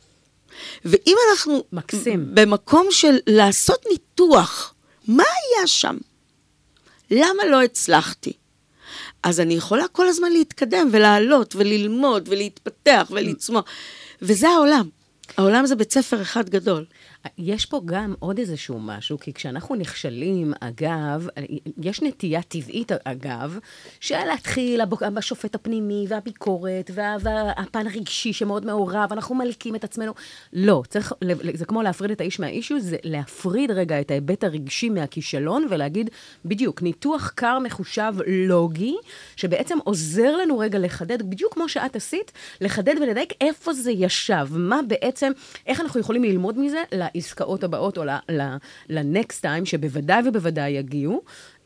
ואם אנחנו... מקסים. במקום של לעשות ניתוח, מה היה שם? למה לא הצלחתי? אז אני יכולה כל הזמן להתקדם ולעלות וללמוד ולהתפתח ולצמוח. וזה העולם. העולם זה בית ספר אחד גדול. יש פה גם עוד איזשהו משהו, כי כשאנחנו נכשלים, אגב, יש נטייה טבעית, אגב, שלהתחיל בשופט הפנימי והביקורת וה, והפן הרגשי שמאוד מעורב, אנחנו מלקים את עצמנו. לא, צריך, זה כמו להפריד את האיש מהאישו, זה להפריד רגע את ההיבט הרגשי מהכישלון, ולהגיד, בדיוק, ניתוח קר מחושב לוגי, שבעצם עוזר לנו רגע לחדד, בדיוק כמו שאת עשית, לחדד ולדייק איפה זה ישב, מה בעצם, איך אנחנו יכולים ללמוד מזה, לעסקאות הבאות או ל-next time, שבוודאי ובוודאי יגיעו,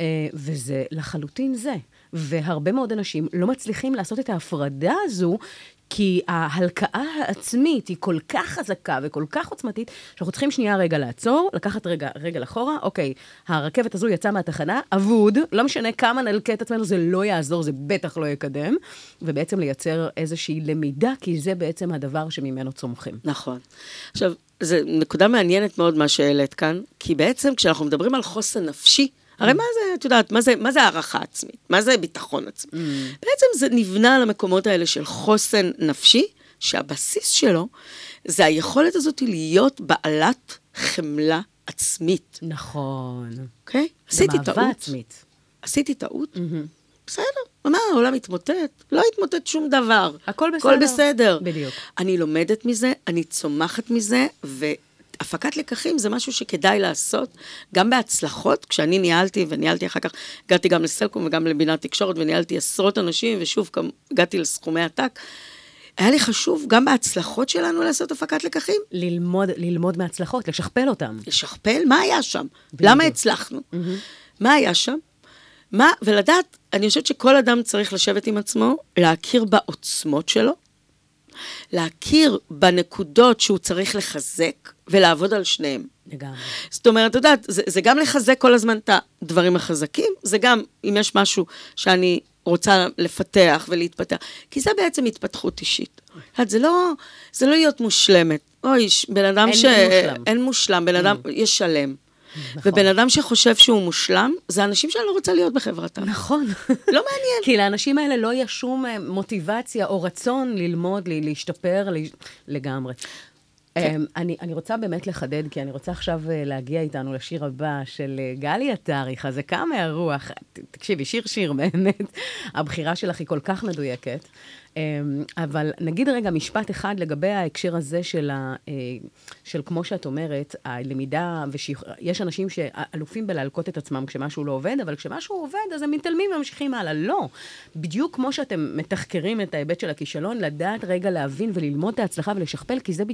וזה לחלוטין זה. והרבה מאוד אנשים לא מצליחים לעשות את ההפרדה הזו, כי ההלקאה העצמית היא כל כך חזקה וכל כך עוצמתית, שאנחנו צריכים שנייה רגע לעצור, לקחת רגע, רגע לחורה, אוקיי, הרכבת הזו יצאה מהתחנה, אבוד, לא משנה כמה נלקה את עצמנו, זה לא יעזור, זה בטח לא יקדם, ובעצם לייצר איזושהי למידה, כי זה בעצם הדבר שממנו צומחים. נכון. עכשיו, זו נקודה מעניינת מאוד מה שהעלית כאן, כי בעצם כשאנחנו מדברים על חוסן נפשי, הרי מה זה, את יודעת, מה זה, מה זה הערכה עצמית? מה זה ביטחון עצמי? Mm. בעצם זה נבנה על המקומות האלה של חוסן נפשי, שהבסיס שלו זה היכולת הזאת להיות בעלת חמלה עצמית. נכון. אוקיי? Okay? עשיתי טעות. במאהבה עצמית. עשיתי טעות? Mm-hmm. בסדר. מה, העולם התמוטט? לא התמוטט שום דבר. הכל בסדר. הכל בסדר. בדיוק. אני לומדת מזה, אני צומחת מזה, ו... הפקת לקחים זה משהו שכדאי לעשות, גם בהצלחות, כשאני ניהלתי, וניהלתי אחר כך, הגעתי גם לסלקום וגם לבינת תקשורת, וניהלתי עשרות אנשים, ושוב, הגעתי לסכומי עתק, היה לי חשוב גם בהצלחות שלנו לעשות הפקת לקחים. ללמוד, ללמוד מהצלחות, לשכפל אותם. לשכפל? מה היה שם? בדיוק. למה הצלחנו? Mm-hmm. מה היה שם? מה, ולדעת, אני חושבת שכל אדם צריך לשבת עם עצמו, להכיר בעוצמות שלו, להכיר בנקודות שהוא צריך לחזק, ולעבוד על שניהם. לגמרי. זאת אומרת, את יודעת, זה, זה גם לחזק כל הזמן את הדברים החזקים, זה גם, אם יש משהו שאני רוצה לפתח ולהתפתח, כי זה בעצם התפתחות אישית. זה לא, זה לא להיות מושלמת. אוי, בן אדם אין ש... מושלם. אין מושלם, בן אדם יש שלם. נכון. ובן אדם שחושב שהוא מושלם, זה אנשים שאני לא רוצה להיות בחברתם. נכון. לא מעניין. כי לאנשים האלה לא יש שום מוטיבציה או רצון ללמוד, להשתפר לגמרי. כן. אני, אני רוצה באמת לחדד, כי אני רוצה עכשיו להגיע איתנו לשיר הבא של גלי עטרי, חזקה מהרוח. תקשיבי, שיר שיר באמת. הבחירה שלך היא כל כך מדויקת. אבל נגיד רגע משפט אחד לגבי ההקשר הזה של, ה, של כמו שאת אומרת, הלמידה, ויש אנשים שאלופים בלהלקות את עצמם כשמשהו לא עובד, אבל כשמשהו עובד, אז הם מתעלמים וממשיכים הלאה. לא. בדיוק כמו שאתם מתחקרים את ההיבט של הכישלון, לדעת רגע להבין וללמוד את ההצלחה ולשכפל, כי זה בדיוק הסוד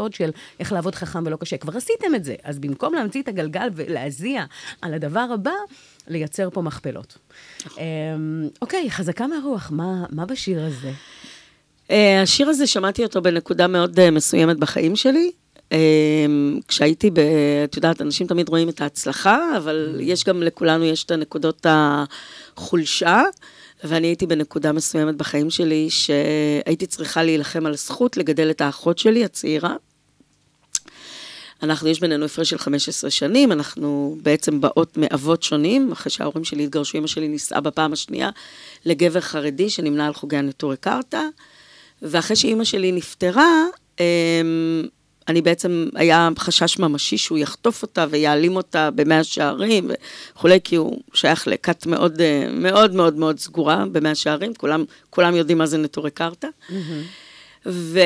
הסוד של איך לעבוד חכם ולא קשה. כבר עשיתם את זה, אז במקום להמציא את הגלגל ולהזיע על הדבר הבא, לייצר פה מכפלות. אוקיי, חזקה מהרוח, מה, מה בשיר הזה? השיר הזה, שמעתי אותו בנקודה מאוד מסוימת בחיים שלי. כשהייתי, ב, את יודעת, אנשים תמיד רואים את ההצלחה, אבל יש גם לכולנו, יש את הנקודות החולשה, ואני הייתי בנקודה מסוימת בחיים שלי, שהייתי צריכה להילחם על הזכות לגדל את האחות שלי, הצעירה. אנחנו, יש בינינו הפרש של חמש עשרה שנים, אנחנו בעצם באות מאבות שונים, אחרי שההורים שלי התגרשו, אמא שלי נישאה בפעם השנייה לגבר חרדי שנמנה על חוגי הנטורי קרתא, ואחרי שאמא שלי נפטרה, אני בעצם, היה חשש ממשי שהוא יחטוף אותה ויעלים אותה במאה שערים וכולי, כי הוא שייך לכת מאוד מאוד מאוד מאוד סגורה במאה שערים, כולם, כולם יודעים מה זה נטורי קרתא. Mm-hmm.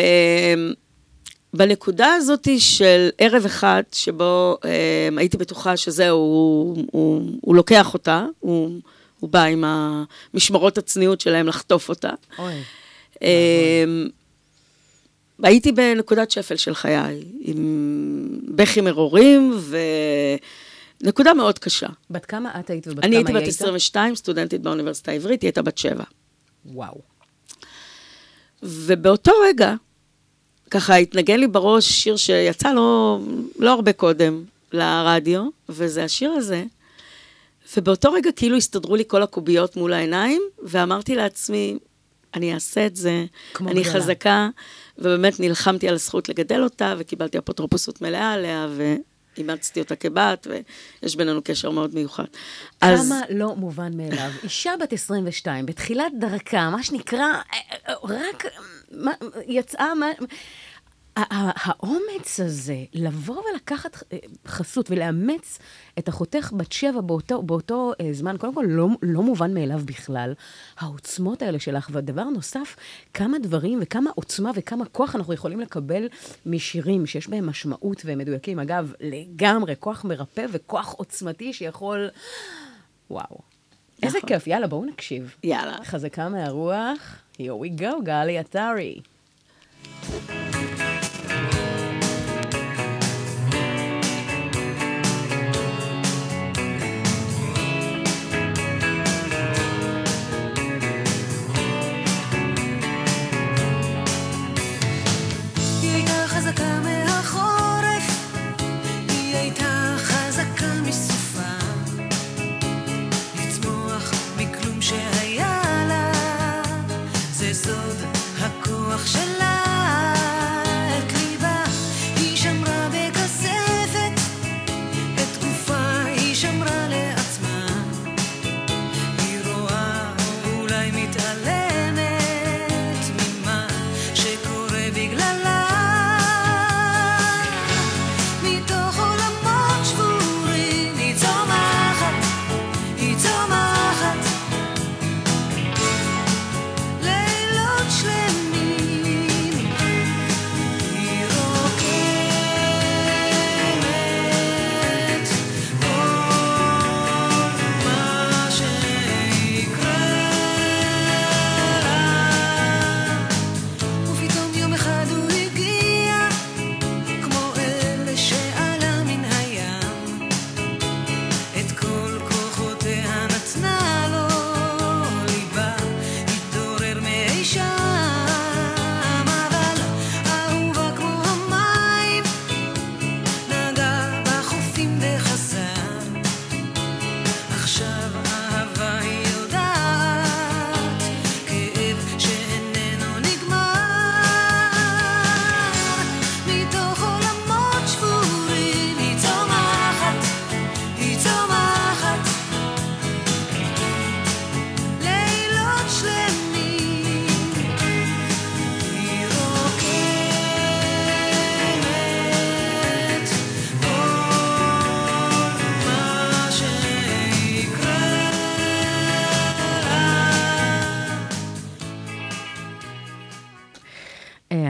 ובנקודה הזאת של ערב אחד, שבו אה, הייתי בטוחה שזהו, הוא, הוא, הוא לוקח אותה, הוא, הוא בא עם המשמרות הצניעות שלהם לחטוף אותה. אוי. אה, הייתי בנקודת שפל של חיי, עם בכי מרורים, ונקודה מאוד קשה. בת כמה את היית ובת כמה אני היית? הייתי בת עשרים ושתיים, סטודנטית באוניברסיטה העברית, היא הייתה בת שבע. וואו. ובאותו רגע, ככה התנגן לי בראש שיר שיצא לו לא הרבה קודם לרדיו, וזה השיר הזה, ובאותו רגע כאילו הסתדרו לי כל הקוביות מול העיניים, ואמרתי לעצמי, אני אעשה את זה, אני גדולה. חזקה, ובאמת נלחמתי על הזכות לגדל אותה, וקיבלתי אפוטרופוסות מלאה עליה, ואימצתי אותה כבת, ויש בינינו קשר מאוד מיוחד. כמה אז... לא מובן מאליו. אישה בת עשרים ושתיים, בתחילת דרכה, מה שנקרא, רק מה, יצאה... מה... האומץ הזה, לבוא ולקחת חסות ולאמץ את אחותך בת שבע באותו, באותו זמן, קודם כל לא, לא מובן מאליו בכלל, העוצמות האלה שלך, והדבר נוסף, כמה דברים וכמה עוצמה וכמה כוח אנחנו יכולים לקבל משירים שיש בהם משמעות והם מדויקים. אגב, לגמרי, כוח מרפא וכוח עוצמתי שיכול... וואו. נכון. איזה כיף, יאללה, בואו נקשיב. יאללה. חזקה מהרוח, here we go, גלי עטרי. הכוח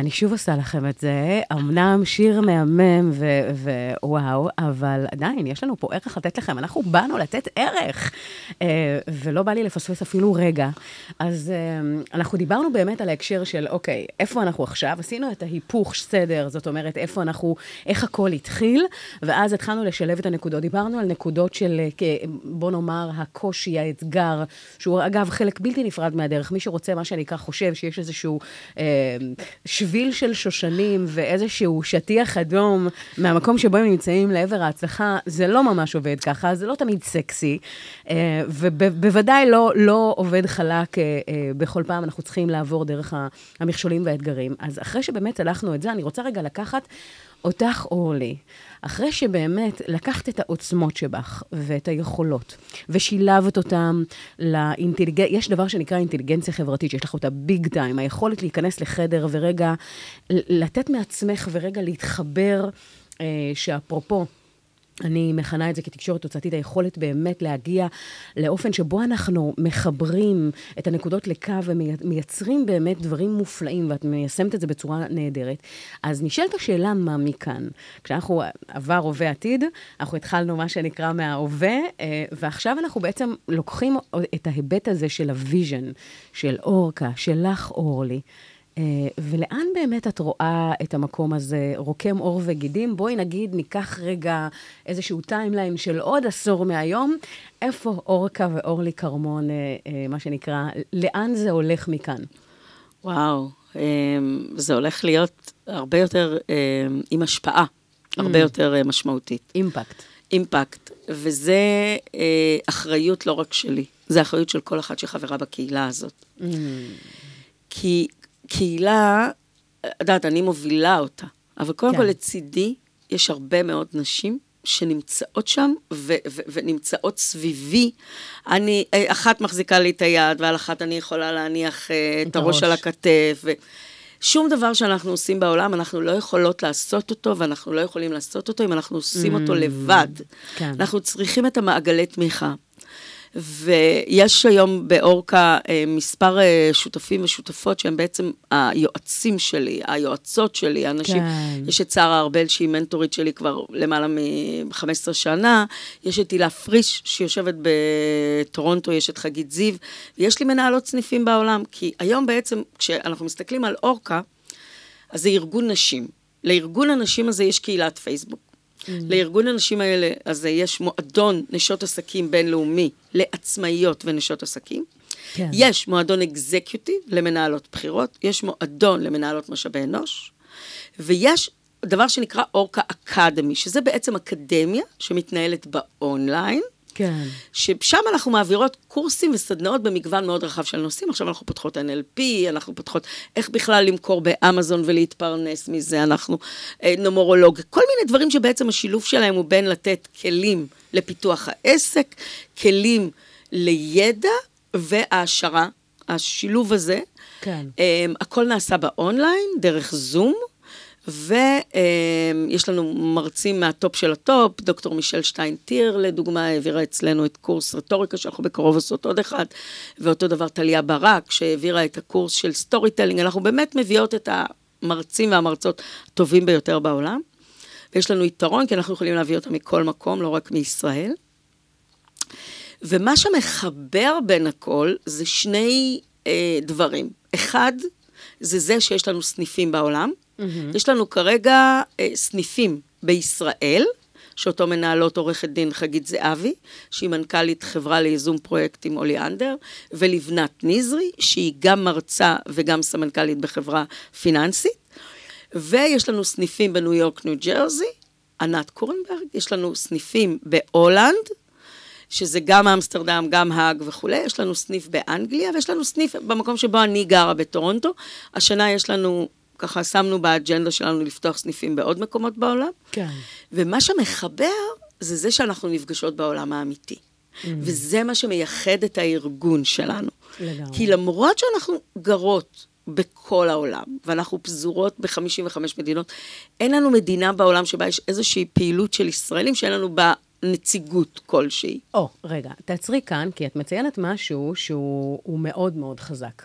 אני שוב עושה לכם את זה, אמנם שיר מהמם ווואו, אבל עדיין, יש לנו פה ערך לתת לכם, אנחנו באנו לתת ערך, ולא בא לי לפספס אפילו רגע. אז אנחנו דיברנו באמת על ההקשר של, אוקיי, איפה אנחנו עכשיו? עשינו את ההיפוך סדר, זאת אומרת, איפה אנחנו, איך הכל התחיל, ואז התחלנו לשלב את הנקודות. דיברנו על נקודות של, בוא נאמר, הקושי, האתגר, שהוא אגב חלק בלתי נפרד מהדרך. מי שרוצה, מה שאני כך חושב, שיש איזשהו אה, שביל של שושנים ואיזשהו שטיח אדום מהמקום שבו הם נמצאים לעבר ההצלחה, זה לא ממש עובד ככה, זה לא תמיד סקסי, אה, ובוודאי לא, לא עובד חלק אה, אה, בכל פעם, אנחנו צריכים לעבור דרך המכשולים והאתגרים. אז אחרי שבאמת הלכנו את זה, אני רוצה רגע לקחת אותך אורלי, אחרי שבאמת לקחת את העוצמות שבך ואת היכולות, ושילבת אותם לאינטליגנציה, יש דבר שנקרא אינטליגנציה חברתית, שיש לך אותה ביג טיים, היכולת להיכנס לחדר ורגע לתת מעצמך ורגע להתחבר, אה, שאפרופו, אני מכנה את זה כתקשורת תוצאתית, היכולת באמת להגיע לאופן שבו אנחנו מחברים את הנקודות לקו ומייצרים באמת דברים מופלאים, ואת מיישמת את זה בצורה נהדרת. אז נשאלת השאלה מה מכאן. כשאנחנו עבר, הווה, עתיד, אנחנו התחלנו מה שנקרא מההווה, ועכשיו אנחנו בעצם לוקחים את ההיבט הזה של הוויז'ן, של אורקה, שלך אורלי, ולאן באמת את רואה את המקום הזה, רוקם אור וגידים? בואי נגיד, ניקח רגע איזשהו טיימליין של עוד עשור מהיום, איפה אורקה ואורלי קרמון, מה שנקרא, לאן זה הולך מכאן? וואו, זה הולך להיות הרבה יותר עם השפעה, הרבה יותר משמעותית. אימפקט. אימפקט, וזה אחריות לא רק שלי, זה אחריות של כל אחת שחברה בקהילה הזאת. כי קהילה, יודעת, אני מובילה אותה, אבל קודם כל לצידי יש הרבה מאוד נשים שנמצאות שם ו- ו- ונמצאות סביבי. אני, אחת מחזיקה לי את היד, ועל אחת אני יכולה להניח את הראש על הכתף. ו- שום דבר שאנחנו עושים בעולם, אנחנו לא יכולות לעשות אותו, ואנחנו לא יכולים לעשות אותו אם אנחנו עושים אותו לבד. כן. אנחנו צריכים את המעגלי תמיכה. ויש היום באורקה מספר שותפים ושותפות שהם בעצם היועצים שלי, היועצות שלי, האנשים, כן. יש את שרה ארבל שהיא מנטורית שלי כבר למעלה מ-חמש עשרה שנה, יש את הילה פריש שיושבת בטורונטו, יש את חגית זיו, ויש לי מנהלות סניפים בעולם, כי היום בעצם כשאנחנו מסתכלים על אורקה, אז זה ארגון נשים. לארגון הנשים הזה יש קהילת פייסבוק. לארגון הנשים האלה, אז יש מועדון נשות עסקים בינלאומי לעצמאיות ונשות עסקים. כן. יש מועדון אקזקיוטיב למנהלות בחירות, יש מועדון למנהלות משאבי אנוש, ויש דבר שנקרא אורקה אקדמי, שזה בעצם אקדמיה שמתנהלת באונליין, כן. ששם אנחנו מעבירות קורסים וסדנאות במגוון מאוד רחב של נושאים. עכשיו אנחנו פותחות אן אל פי, אנחנו פותחות איך בכלל למכור באמזון ולהתפרנס מזה, אנחנו אה, נומרולוג, כל מיני דברים שבעצם השילוב שלהם הוא בין לתת כלים לפיתוח העסק, כלים לידע והעשרה, השילוב הזה. כן. אה, הכל נעשה באונליין, דרך זום, ויש לנו מרצים מהטופ של הטופ, דוקטור מישל שטיין-טיר, לדוגמה, העבירה אצלנו את קורס רטוריקה, שאנחנו בקרוב עושות עוד אחד, ואותו דבר טליה ברק, שהעבירה את הקורס של סטורי טלינג, אנחנו באמת מביאות את המרצים והמרצות הטובים ביותר בעולם, ויש לנו יתרון, כי אנחנו יכולים להביא אותם מכל מקום, לא רק מישראל, ומה שמחבר בין הכל, זה שני אה, דברים. אחד, זה זה שיש לנו סניפים בעולם, Mm-hmm. יש לנו כרגע אה, סניפים בישראל, שאותו מנהלות עורכת דין חגית זהבי, שהיא מנכ"לית חברה לייזום פרויקטים אוליאנדר, ולבנת נזרי, שהיא גם מרצה וגם סמנכ"לית בחברה פיננסית, ויש לנו סניפים בניו יורק, ניו ג'רזי, ענת קורנברג, יש לנו סניפים בהולנד, שזה גם אמסטרדם, גם האג וכו', יש לנו סניף באנגליה, ויש לנו סניף במקום שבו אני גרה בטורונטו, השנה יש לנו ככה שמנו באג'נדה שלנו לפתוח סניפים בעוד מקומות בעולם. כן. ומה שמחבר זה זה שאנחנו נפגשות בעולם האמיתי. Mm. וזה מה שמייחד את הארגון שלנו. לגמרי. כי למרות שאנחנו גרות בכל העולם, ואנחנו פזורות ב-חמישים וחמש מדינות, אין לנו מדינה בעולם שבה יש איזושהי פעילות של ישראלים שאין לנו בה נציגות כלשהי. או, רגע, תעצרי כאן, כי את מציינת משהו שהוא מאוד מאוד חזק.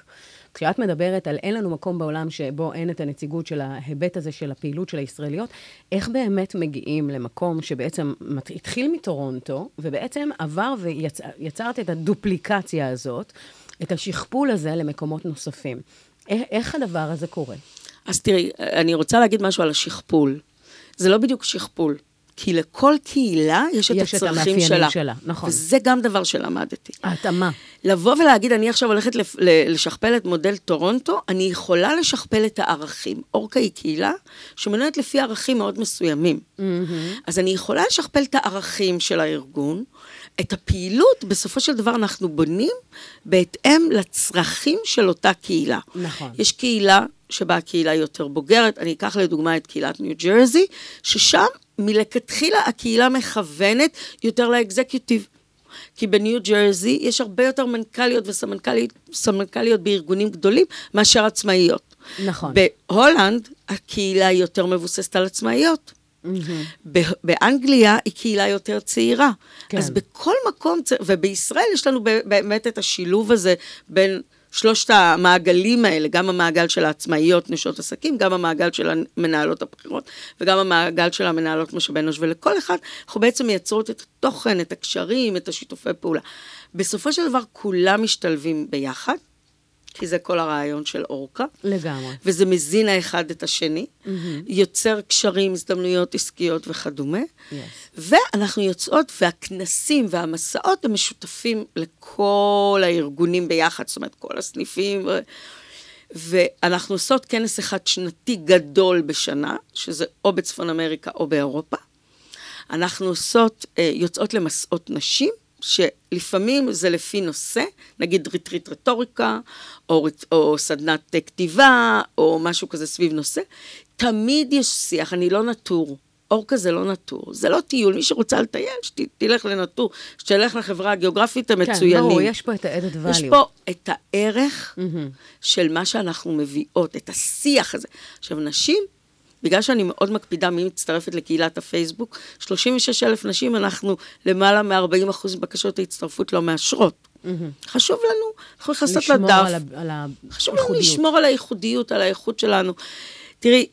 כשאת מדברת על אין לנו מקום בעולם שבו אין את הנציגות של ההיבט הזה של הפעילות של הישראליות, איך באמת מגיעים למקום שבעצם התחיל מטורונטו, ובעצם עבר ויצרת את הדופליקציה הזאת, את השכפול הזה למקומות נוספים. איך הדבר הזה קורה? אז תראי, אני רוצה להגיד משהו על השכפול. זה לא בדיוק שכפול, כי לכל קהילה יש את יש הצרכים את שלה. שלה. נכון. וזה גם דבר שלמדתי. ההתאמה. לבוא ולהגיד, אני עכשיו הולכת לשכפל את מודל טורונטו, אני יכולה לשכפל את הערכים. אורקה היא קהילה שמנוהלת לפי ערכים מאוד מסוימים. Mm-hmm. אז אני יכולה לשכפל את הערכים של הארגון, את הפעילות, בסופו של דבר אנחנו בונים בהתאם לצרכים של אותה קהילה. נכון. יש קהילה שבה הקהילה יותר בוגרת, אני אקח לדוגמה את קהילת ניו ג'רזי, ששם מלכתחילה הקהילה מכוונת יותר לאקזקיוטיב. כי בניו ג'רזי יש הרבה יותר מנכ"ליות וסמנכ"ליות בארגונים גדולים מאשר עצמאיות. נכון. בהולנד הקהילה היא יותר מבוססת על עצמאיות. Mm-hmm. באנגליה היא קהילה יותר צעירה. כן. אז בכל מקום, ובישראל יש לנו באמת את השילוב הזה בין שלושת המעגלים האלה, גם המעגל של העצמאיות נשות עסקים, גם המעגל של המנהלות הבחירות, וגם המעגל של המנהלות משאבי אנוש, ולכל אחד אנחנו בעצם מייצרות את התוכן, את הקשרים, את השיתופי פעולה. בסופו של דבר כולם משתלבים ביחד, כי זה כל הרעיון של אורקה. לגמרי. וזה מזין האחד את השני, mm-hmm. יוצר קשרים, הזדמנויות עסקיות וכדומה, yes. ואנחנו יוצאות, והכנסים והמסעות הם משותפים לכל הארגונים ביחד, זאת אומרת, כל הסניפים, ו... ואנחנו עושות כנס אחד שנתי גדול בשנה, שזה או בצפון אמריקה או באירופה, אנחנו עושות, יוצאות למסעות נשים, שלפעמים זה לפי נושא, נגיד ריטריט רטוריקה, או, או סדנת כתיבה, או משהו כזה סביב נושא, תמיד יש שיח, אני לא נטור, אורקה זה לא נטור, זה לא טיול, מי שרוצה לטייל, שתלך לנטור, שתלך לחברה הגיאוגרפית המצוינים. כן, ברור, יש פה את ה-added value. יש פה את הערך mm-hmm. של מה שאנחנו מביאות, את השיח הזה. עכשיו, נשים, בגלל שאני מאוד מקפידה מי מצטרפת לקהילת הפייסבוק, שלושים ושש אלף נשים, אנחנו למעלה מ-ארבעים אחוז בקשות ההצטרפות לא מאשרות. Mm-hmm. חשוב לנו, אנחנו נכנסות לדף. לשמור על, על חשוב לנו לשמור על הייחודיות, על האיכות שלנו. תראי,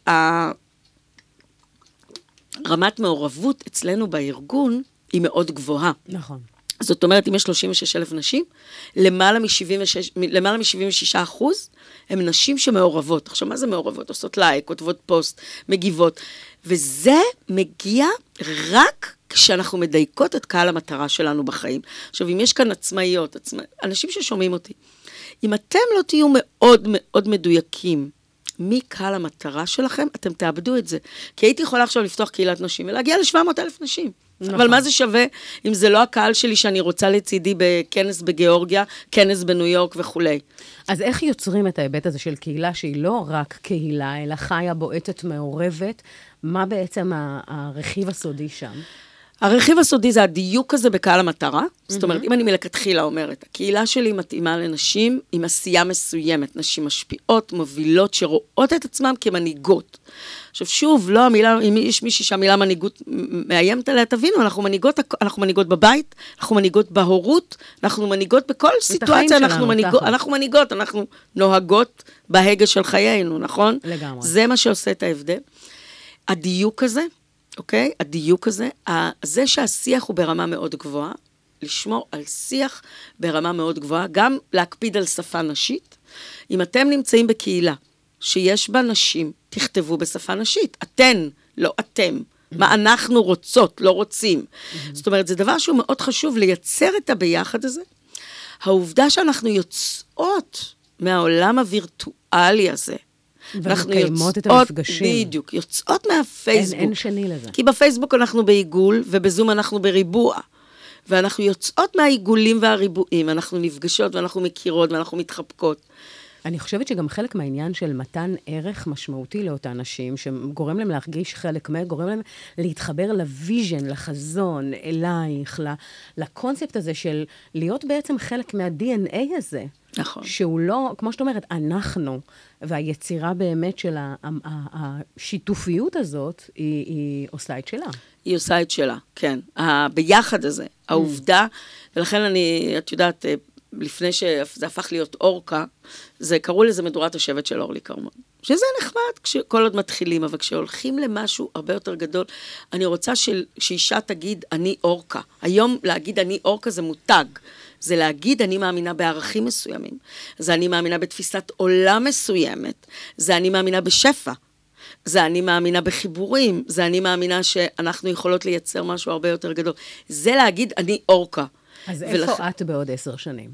רמת מעורבות אצלנו בארגון היא מאוד גבוהה. נכון. זאת אומרת, אם יש שלושים ושש אלף נשים, למעלה מ-שבעים ושישה אחוז הם נשים שמעורבות. עכשיו, מה זה מעורבות? עושות לייק, כותבות פוסט, מגיבות. וזה מגיע רק כשאנחנו מדייקות את קהל המטרה שלנו בחיים. עכשיו, אם יש כאן עצמאיות, עצמא... אנשים ששומעים אותי, אם אתם לא תהיו מאוד מאוד מדויקים, מי קהל המטרה שלכם, אתם תאבדו את זה. כי הייתי יכולה עכשיו לפתוח קהילת נשים, ולהגיע ל-שבע מאות אלף נשים. נכון. אבל מה זה שווה אם זה לא הקהל שלי שאני רוצה לצידי בכנס בגיאורגיה, כנס בניו יורק וכו'. אז איך יוצרים את ההיבט הזה של קהילה שהיא לא רק קהילה, אלא חיה, בועטת, מעורבת? מה בעצם הרכיב הסודי שם? הרכיב הסודי זה הדיוק הזה בקהל המטרה. Mm-hmm. זאת אומרת, אם אני מלכתחילה אומרת, הקהילה שלי מתאימה לנשים עם עשייה מסוימת, נשים משפיעות, מובילות, שרואות את עצמם כמנהיגות. עכשיו שוב, לא המילה, אם יש מישהי שהמילה מנהיגות מאיימת עליה, תבינו, אנחנו מנהיגות, אנחנו מנהיגות בבית, אנחנו מנהיגות בהורות, אנחנו מנהיגות בכל סיטואציה, אנחנו מנהיגות, אנחנו מנהיגות, אנחנו נוהגות בהגה של חיינו, נכון? לגמרי. זה מה שעושה את ההבדל. הדיוק הזה, אוקיי? הדיוק הזה, זה שהשיח הוא ברמה מאוד גבוהה, לשמור על שיח ברמה מאוד גבוהה, גם להקפיד על שפה נשית. אם אתם נמצאים בקהילה שיש בה נשים, תכתבו בשפה נשית. אתן, לא אתם. מה אנחנו רוצות, לא רוצים. זאת אומרת, זה דבר שהוא מאוד חשוב לייצר את הביחד הזה. העובדה שאנחנו יוצאות מהעולם הווירטואלי הזה, אנחנו מקיימות את המפגשים. בדיוק, יוצאות מהפייסבוק. אין, אין שני לזה. כי בפייסבוק אנחנו בעיגול, ובזום אנחנו בריבוע. ואנחנו יוצאות מהעיגולים והריבועים, אנחנו נפגשות ואנחנו מכירות ואנחנו מתחבקות. אני חושבת שגם חלק מהעניין של מתן ערך משמעותי לאותן נשים, שגורם להם להרגיש חלק מה, גורם להם להתחבר לוויז'ן, לחזון, אלייך, לקונספט הזה של להיות בעצם חלק מה-די אן איי הזה. נכון. שהוא לא, כמו שאת אומרת, אנחנו, והיצירה באמת של השיתופיות הזאת, היא, היא עושה את שלה. היא עושה את שלה, כן. הביחד הזה, העובדה, ולכן אני, את יודעת, לפני שזה הפך להיות אורקה, זה קראו לזה מדורת השבט של אורלי כרמון. שזה נחמד כל עוד מתחילים, אבל כשהולכים למשהו הרבה יותר גדול, אני רוצה ש, שאישה תגיד, אני אורקה. היום להגיד אני אורקה זה מותג. זה להגיד, אני מאמינה בערכים מסוימים. זה אני מאמינה בתפיסת עולם מסוימת. זה אני מאמינה בשפע. זה אני מאמינה בחיבורים. זה אני מאמינה שאנחנו יכולות לייצר משהו הרבה יותר גדול. זה להגיד, אני אורקה. אז איפה ולכ... את בעוד עשר שנים?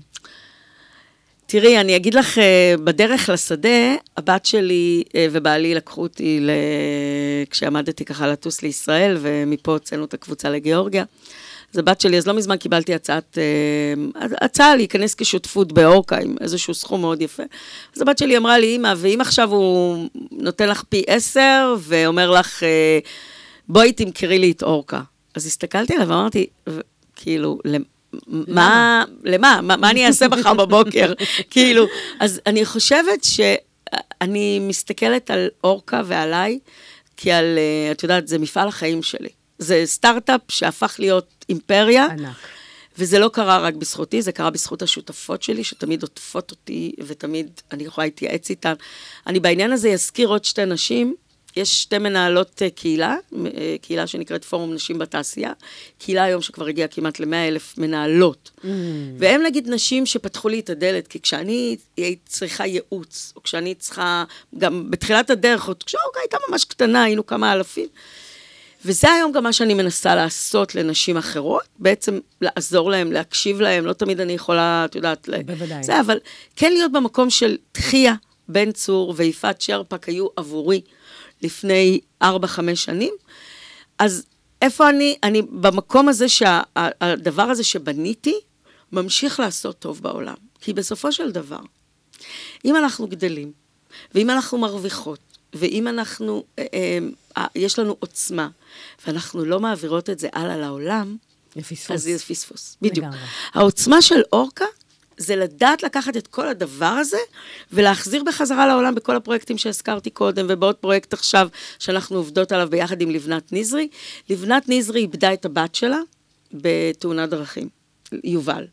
תראי, אני אגיד לך, בדרך לשדה, הבת שלי ובעלי לקחו אותי, ל... כשעמדתי ככה לטוס לישראל, ומפה הוצאנו את הקבוצה לגיאורגיה. אז הבת שלי, אז לא מזמן קיבלתי הצעת, הצעה להיכנס כשותפות באורקה, עם איזשהו סכום מאוד יפה. אז הבת שלי אמרה לי, אמא, ואם עכשיו הוא נותן לך פי עשר, ואומר לך, בואי תמכרי לי את אורקה. אז הסתכלתי עליו ואמרתי, כאילו, מה, למה? מה, מה אני אעשה מחר בבוקר? כאילו, אז אני חושבת שאני מסתכלת על אורקה ועליי, כי על, את יודעת, זה מפעל החיים שלי. זה סטארט-אפ שהפך להיות אימפריה. ענק. וזה לא קרה רק בזכותי, זה קרה בזכות השותפות שלי, שתמיד עוטפות אותי, ותמיד אני יכולה להתייעץ איתן. אני בעניין הזה אזכיר עוד שתי נשים, יש שתי מנהלות קהילה, קהילה שנקראת פורום נשים בתעשייה, קהילה היום שכבר הגיעה כמעט ל-מאה אלף מנהלות. Mm. והם נגיד נשים שפתחו לי את הדלת, כי כשאני צריכה ייעוץ, או כשאני צריכה, גם בתחילת הדרך, או כשאורקה הייתה ממש קטנה, היינו כמה אלפים, וזה היום גם מה שאני מנסה לעשות לנשים אחרות, בעצם לעזור להם, להקשיב להם, לא תמיד אני יכולה, את יודעת, בוודאי. זה, אבל כן להיות במקום של תחיה, בן צור ויפת שרפק היו עבורי לפני ארבע, חמש שנים, אז איפה אני, אני במקום הזה שהדבר הזה שבניתי, ממשיך לעשות טוב בעולם. כי בסופו של דבר, אם אנחנו גדלים, ואם אנחנו מרוויחות, ואם אנחנו, אה, אה, יש לנו עוצמה, ואנחנו לא מעבירות את זה הלאה לעולם, לפספוס. אז זה פספוס. בדיוק. העוצמה של אורקה, זה לדעת לקחת את כל הדבר הזה, ולהחזיר בחזרה לעולם בכל הפרויקטים שהזכרתי קודם, ובעוד פרויקט עכשיו, שאנחנו עובדות עליו ביחד עם לבנת נזרי. לבנת נזרי איבדה את הבת שלה, בתאונת דרכים, יובל.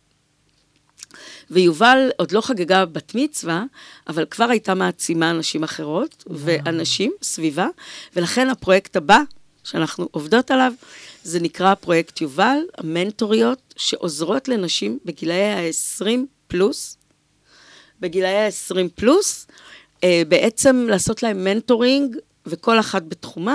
ויובל עוד לא חגגה בת מצווה, אבל כבר הייתה מעצימה אנשים אחרות, ואנשים סביבה, ולכן הפרויקט הבא, שאנחנו עובדות עליו, זה נקרא פרויקט יובל, המנטוריות שעוזרות לנשים בגילאי ה-עשרים פלוס, בגילאי ה-עשרים פלוס, בעצם לעשות להם מנטורינג, וכל אחת בתחומה,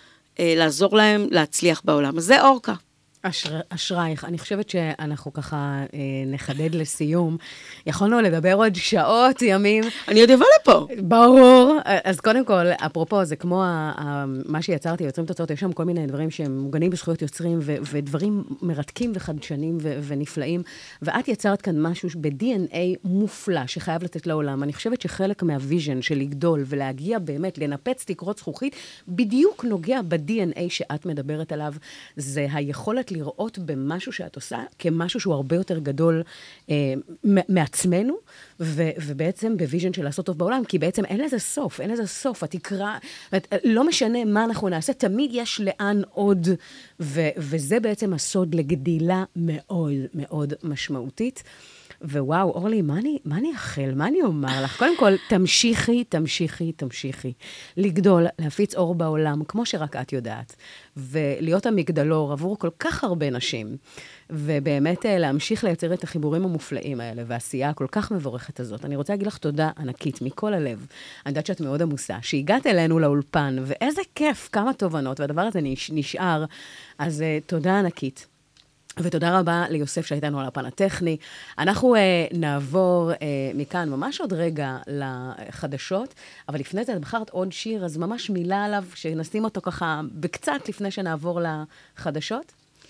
לעזור להם להצליח בעולם. אז זה אורקה. אשר, אשרייך, אני חושבת שאנחנו ככה אה, נחדד לסיום. יכולנו לדבר עוד שעות, ימים. אני עוד אבוא לפה. ברור. אז קודם כל, אפרופו, זה כמו ה, ה, מה שיצרתי, יוצרים תוצאות, יש שם כל מיני דברים שהם מוגנים בזכויות יוצרים, ו, ודברים מרתקים וחדשנים ו, ונפלאים. ואת יצרת כאן משהו ב-די אן איי מופלא, שחייב לתת לעולם. אני חושבת שחלק מהוויז'ן של לגדול ולהגיע באמת, לנפץ תקרות זכוכית, בדיוק נוגע ב-די אן איי שאת מדברת עליו. זה היכולת לראות במשהו שאת עושה, כמשהו שהוא הרבה יותר גדול אה, מעצמנו, ו, ובעצם בוויז'ן של לעשות טוב בעולם, כי בעצם אין לזה סוף, אין לזה סוף, התקרה, לא משנה מה אנחנו נעשה, תמיד יש לאן עוד, ו, וזה בעצם הסוד לגדילה מאוד מאוד משמעותית. ווואו, אורלי, מה אני, מה אני אאחל? מה אני אומר לך? קודם כל, תמשיכי, תמשיכי, תמשיכי. לגדול, להפיץ אור בעולם, כמו שרק את יודעת. ולהיות המגדלור עבור כל כך הרבה נשים. ובאמת להמשיך לייצר את החיבורים המופלאים האלה, והעשייה הכל כך מבורכת הזאת. אני רוצה להגיד לך תודה ענקית, מכל הלב. אני יודעת שאת מאוד עמוסה, שהגעת אלינו לאולפן, ואיזה כיף, כמה תובנות, והדבר הזה נשאר. אז תודה ענקית. ותודה רבה ליוסף שהייתנו על הפן הטכני. אנחנו אה, נעבור אה, מכאן ממש עוד רגע לחדשות, אבל לפני זה את בחרת עוד שיר, אז ממש מילה עליו, שנשים אותו ככה בקצת לפני שנעבור לחדשות.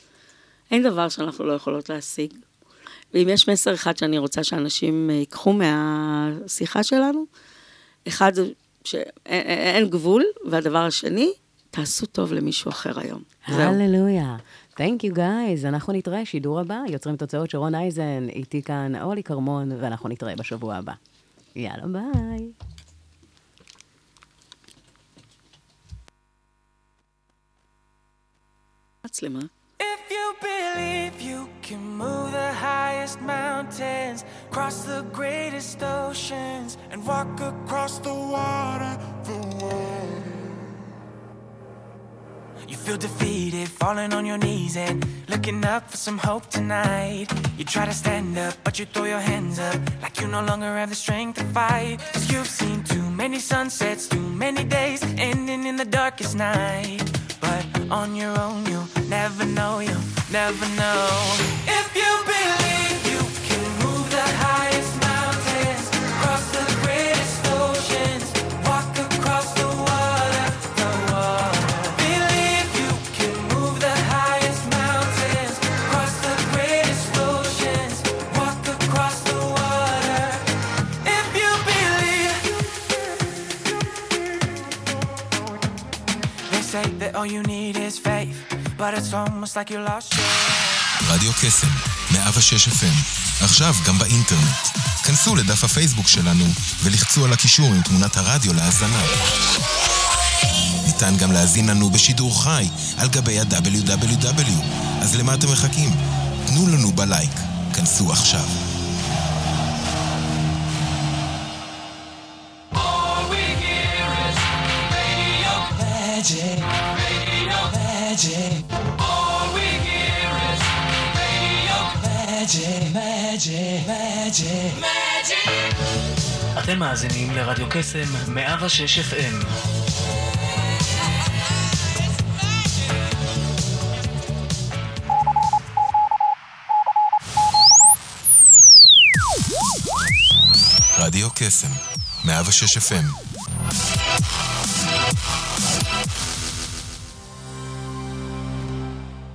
אין דבר שאנחנו לא יכולות להשיג. ואם יש מסר אחד שאני רוצה שאנשים ייקחו מהשיחה שלנו, אחד זה שאין גבול, והדבר השני, תעשו טוב למישהו אחר היום. הללויה. Thank you guys, אנחנו נתראה, שידור הבא, יוצרים תוצאות שרון אייזן, איתי כאן אורלי כרמון, ואנחנו נתראה בשבוע הבא. יאללה, ביי. מצלמה. If you believe you can move the highest mountains, across the greatest oceans and walk across the water, the water. You feel defeated, falling on your knees and looking up for some hope tonight. You try to stand up, but you throw your hands up like you no longer have the strength to fight. 'Cause you've seen too many sunsets, too many days ending in the darkest night. But on your own you'll never know, you'll never know. If you believe you can move the highest mountains, cross the greatest oceans, walk across the water, the water. Believe you can move the highest mountains, cross the greatest oceans, walk across the water. If you believe. They say that all you need is faith, but it's almost like you lost your... רדיו קסם, מאה ושש אף אם, עכשיו גם באינטרנט. כנסו לדף הפייסבוק שלנו ולחצו על הקישור עם תמונת הרדיו להאזנה. ניתן גם להאזין לנו בשידור חי על גבי ה-דאבליו דאבליו דאבליו. אז למה אתם מחכים? תנו לנו בלייק. כנסו עכשיו. Magic, radio, magic. All we hear is radio, magic, magic, magic, magic. אתם מאזינים לרדיו קסם מאה ושש אף אם. רדיו קסם, מאה ושש אף אם.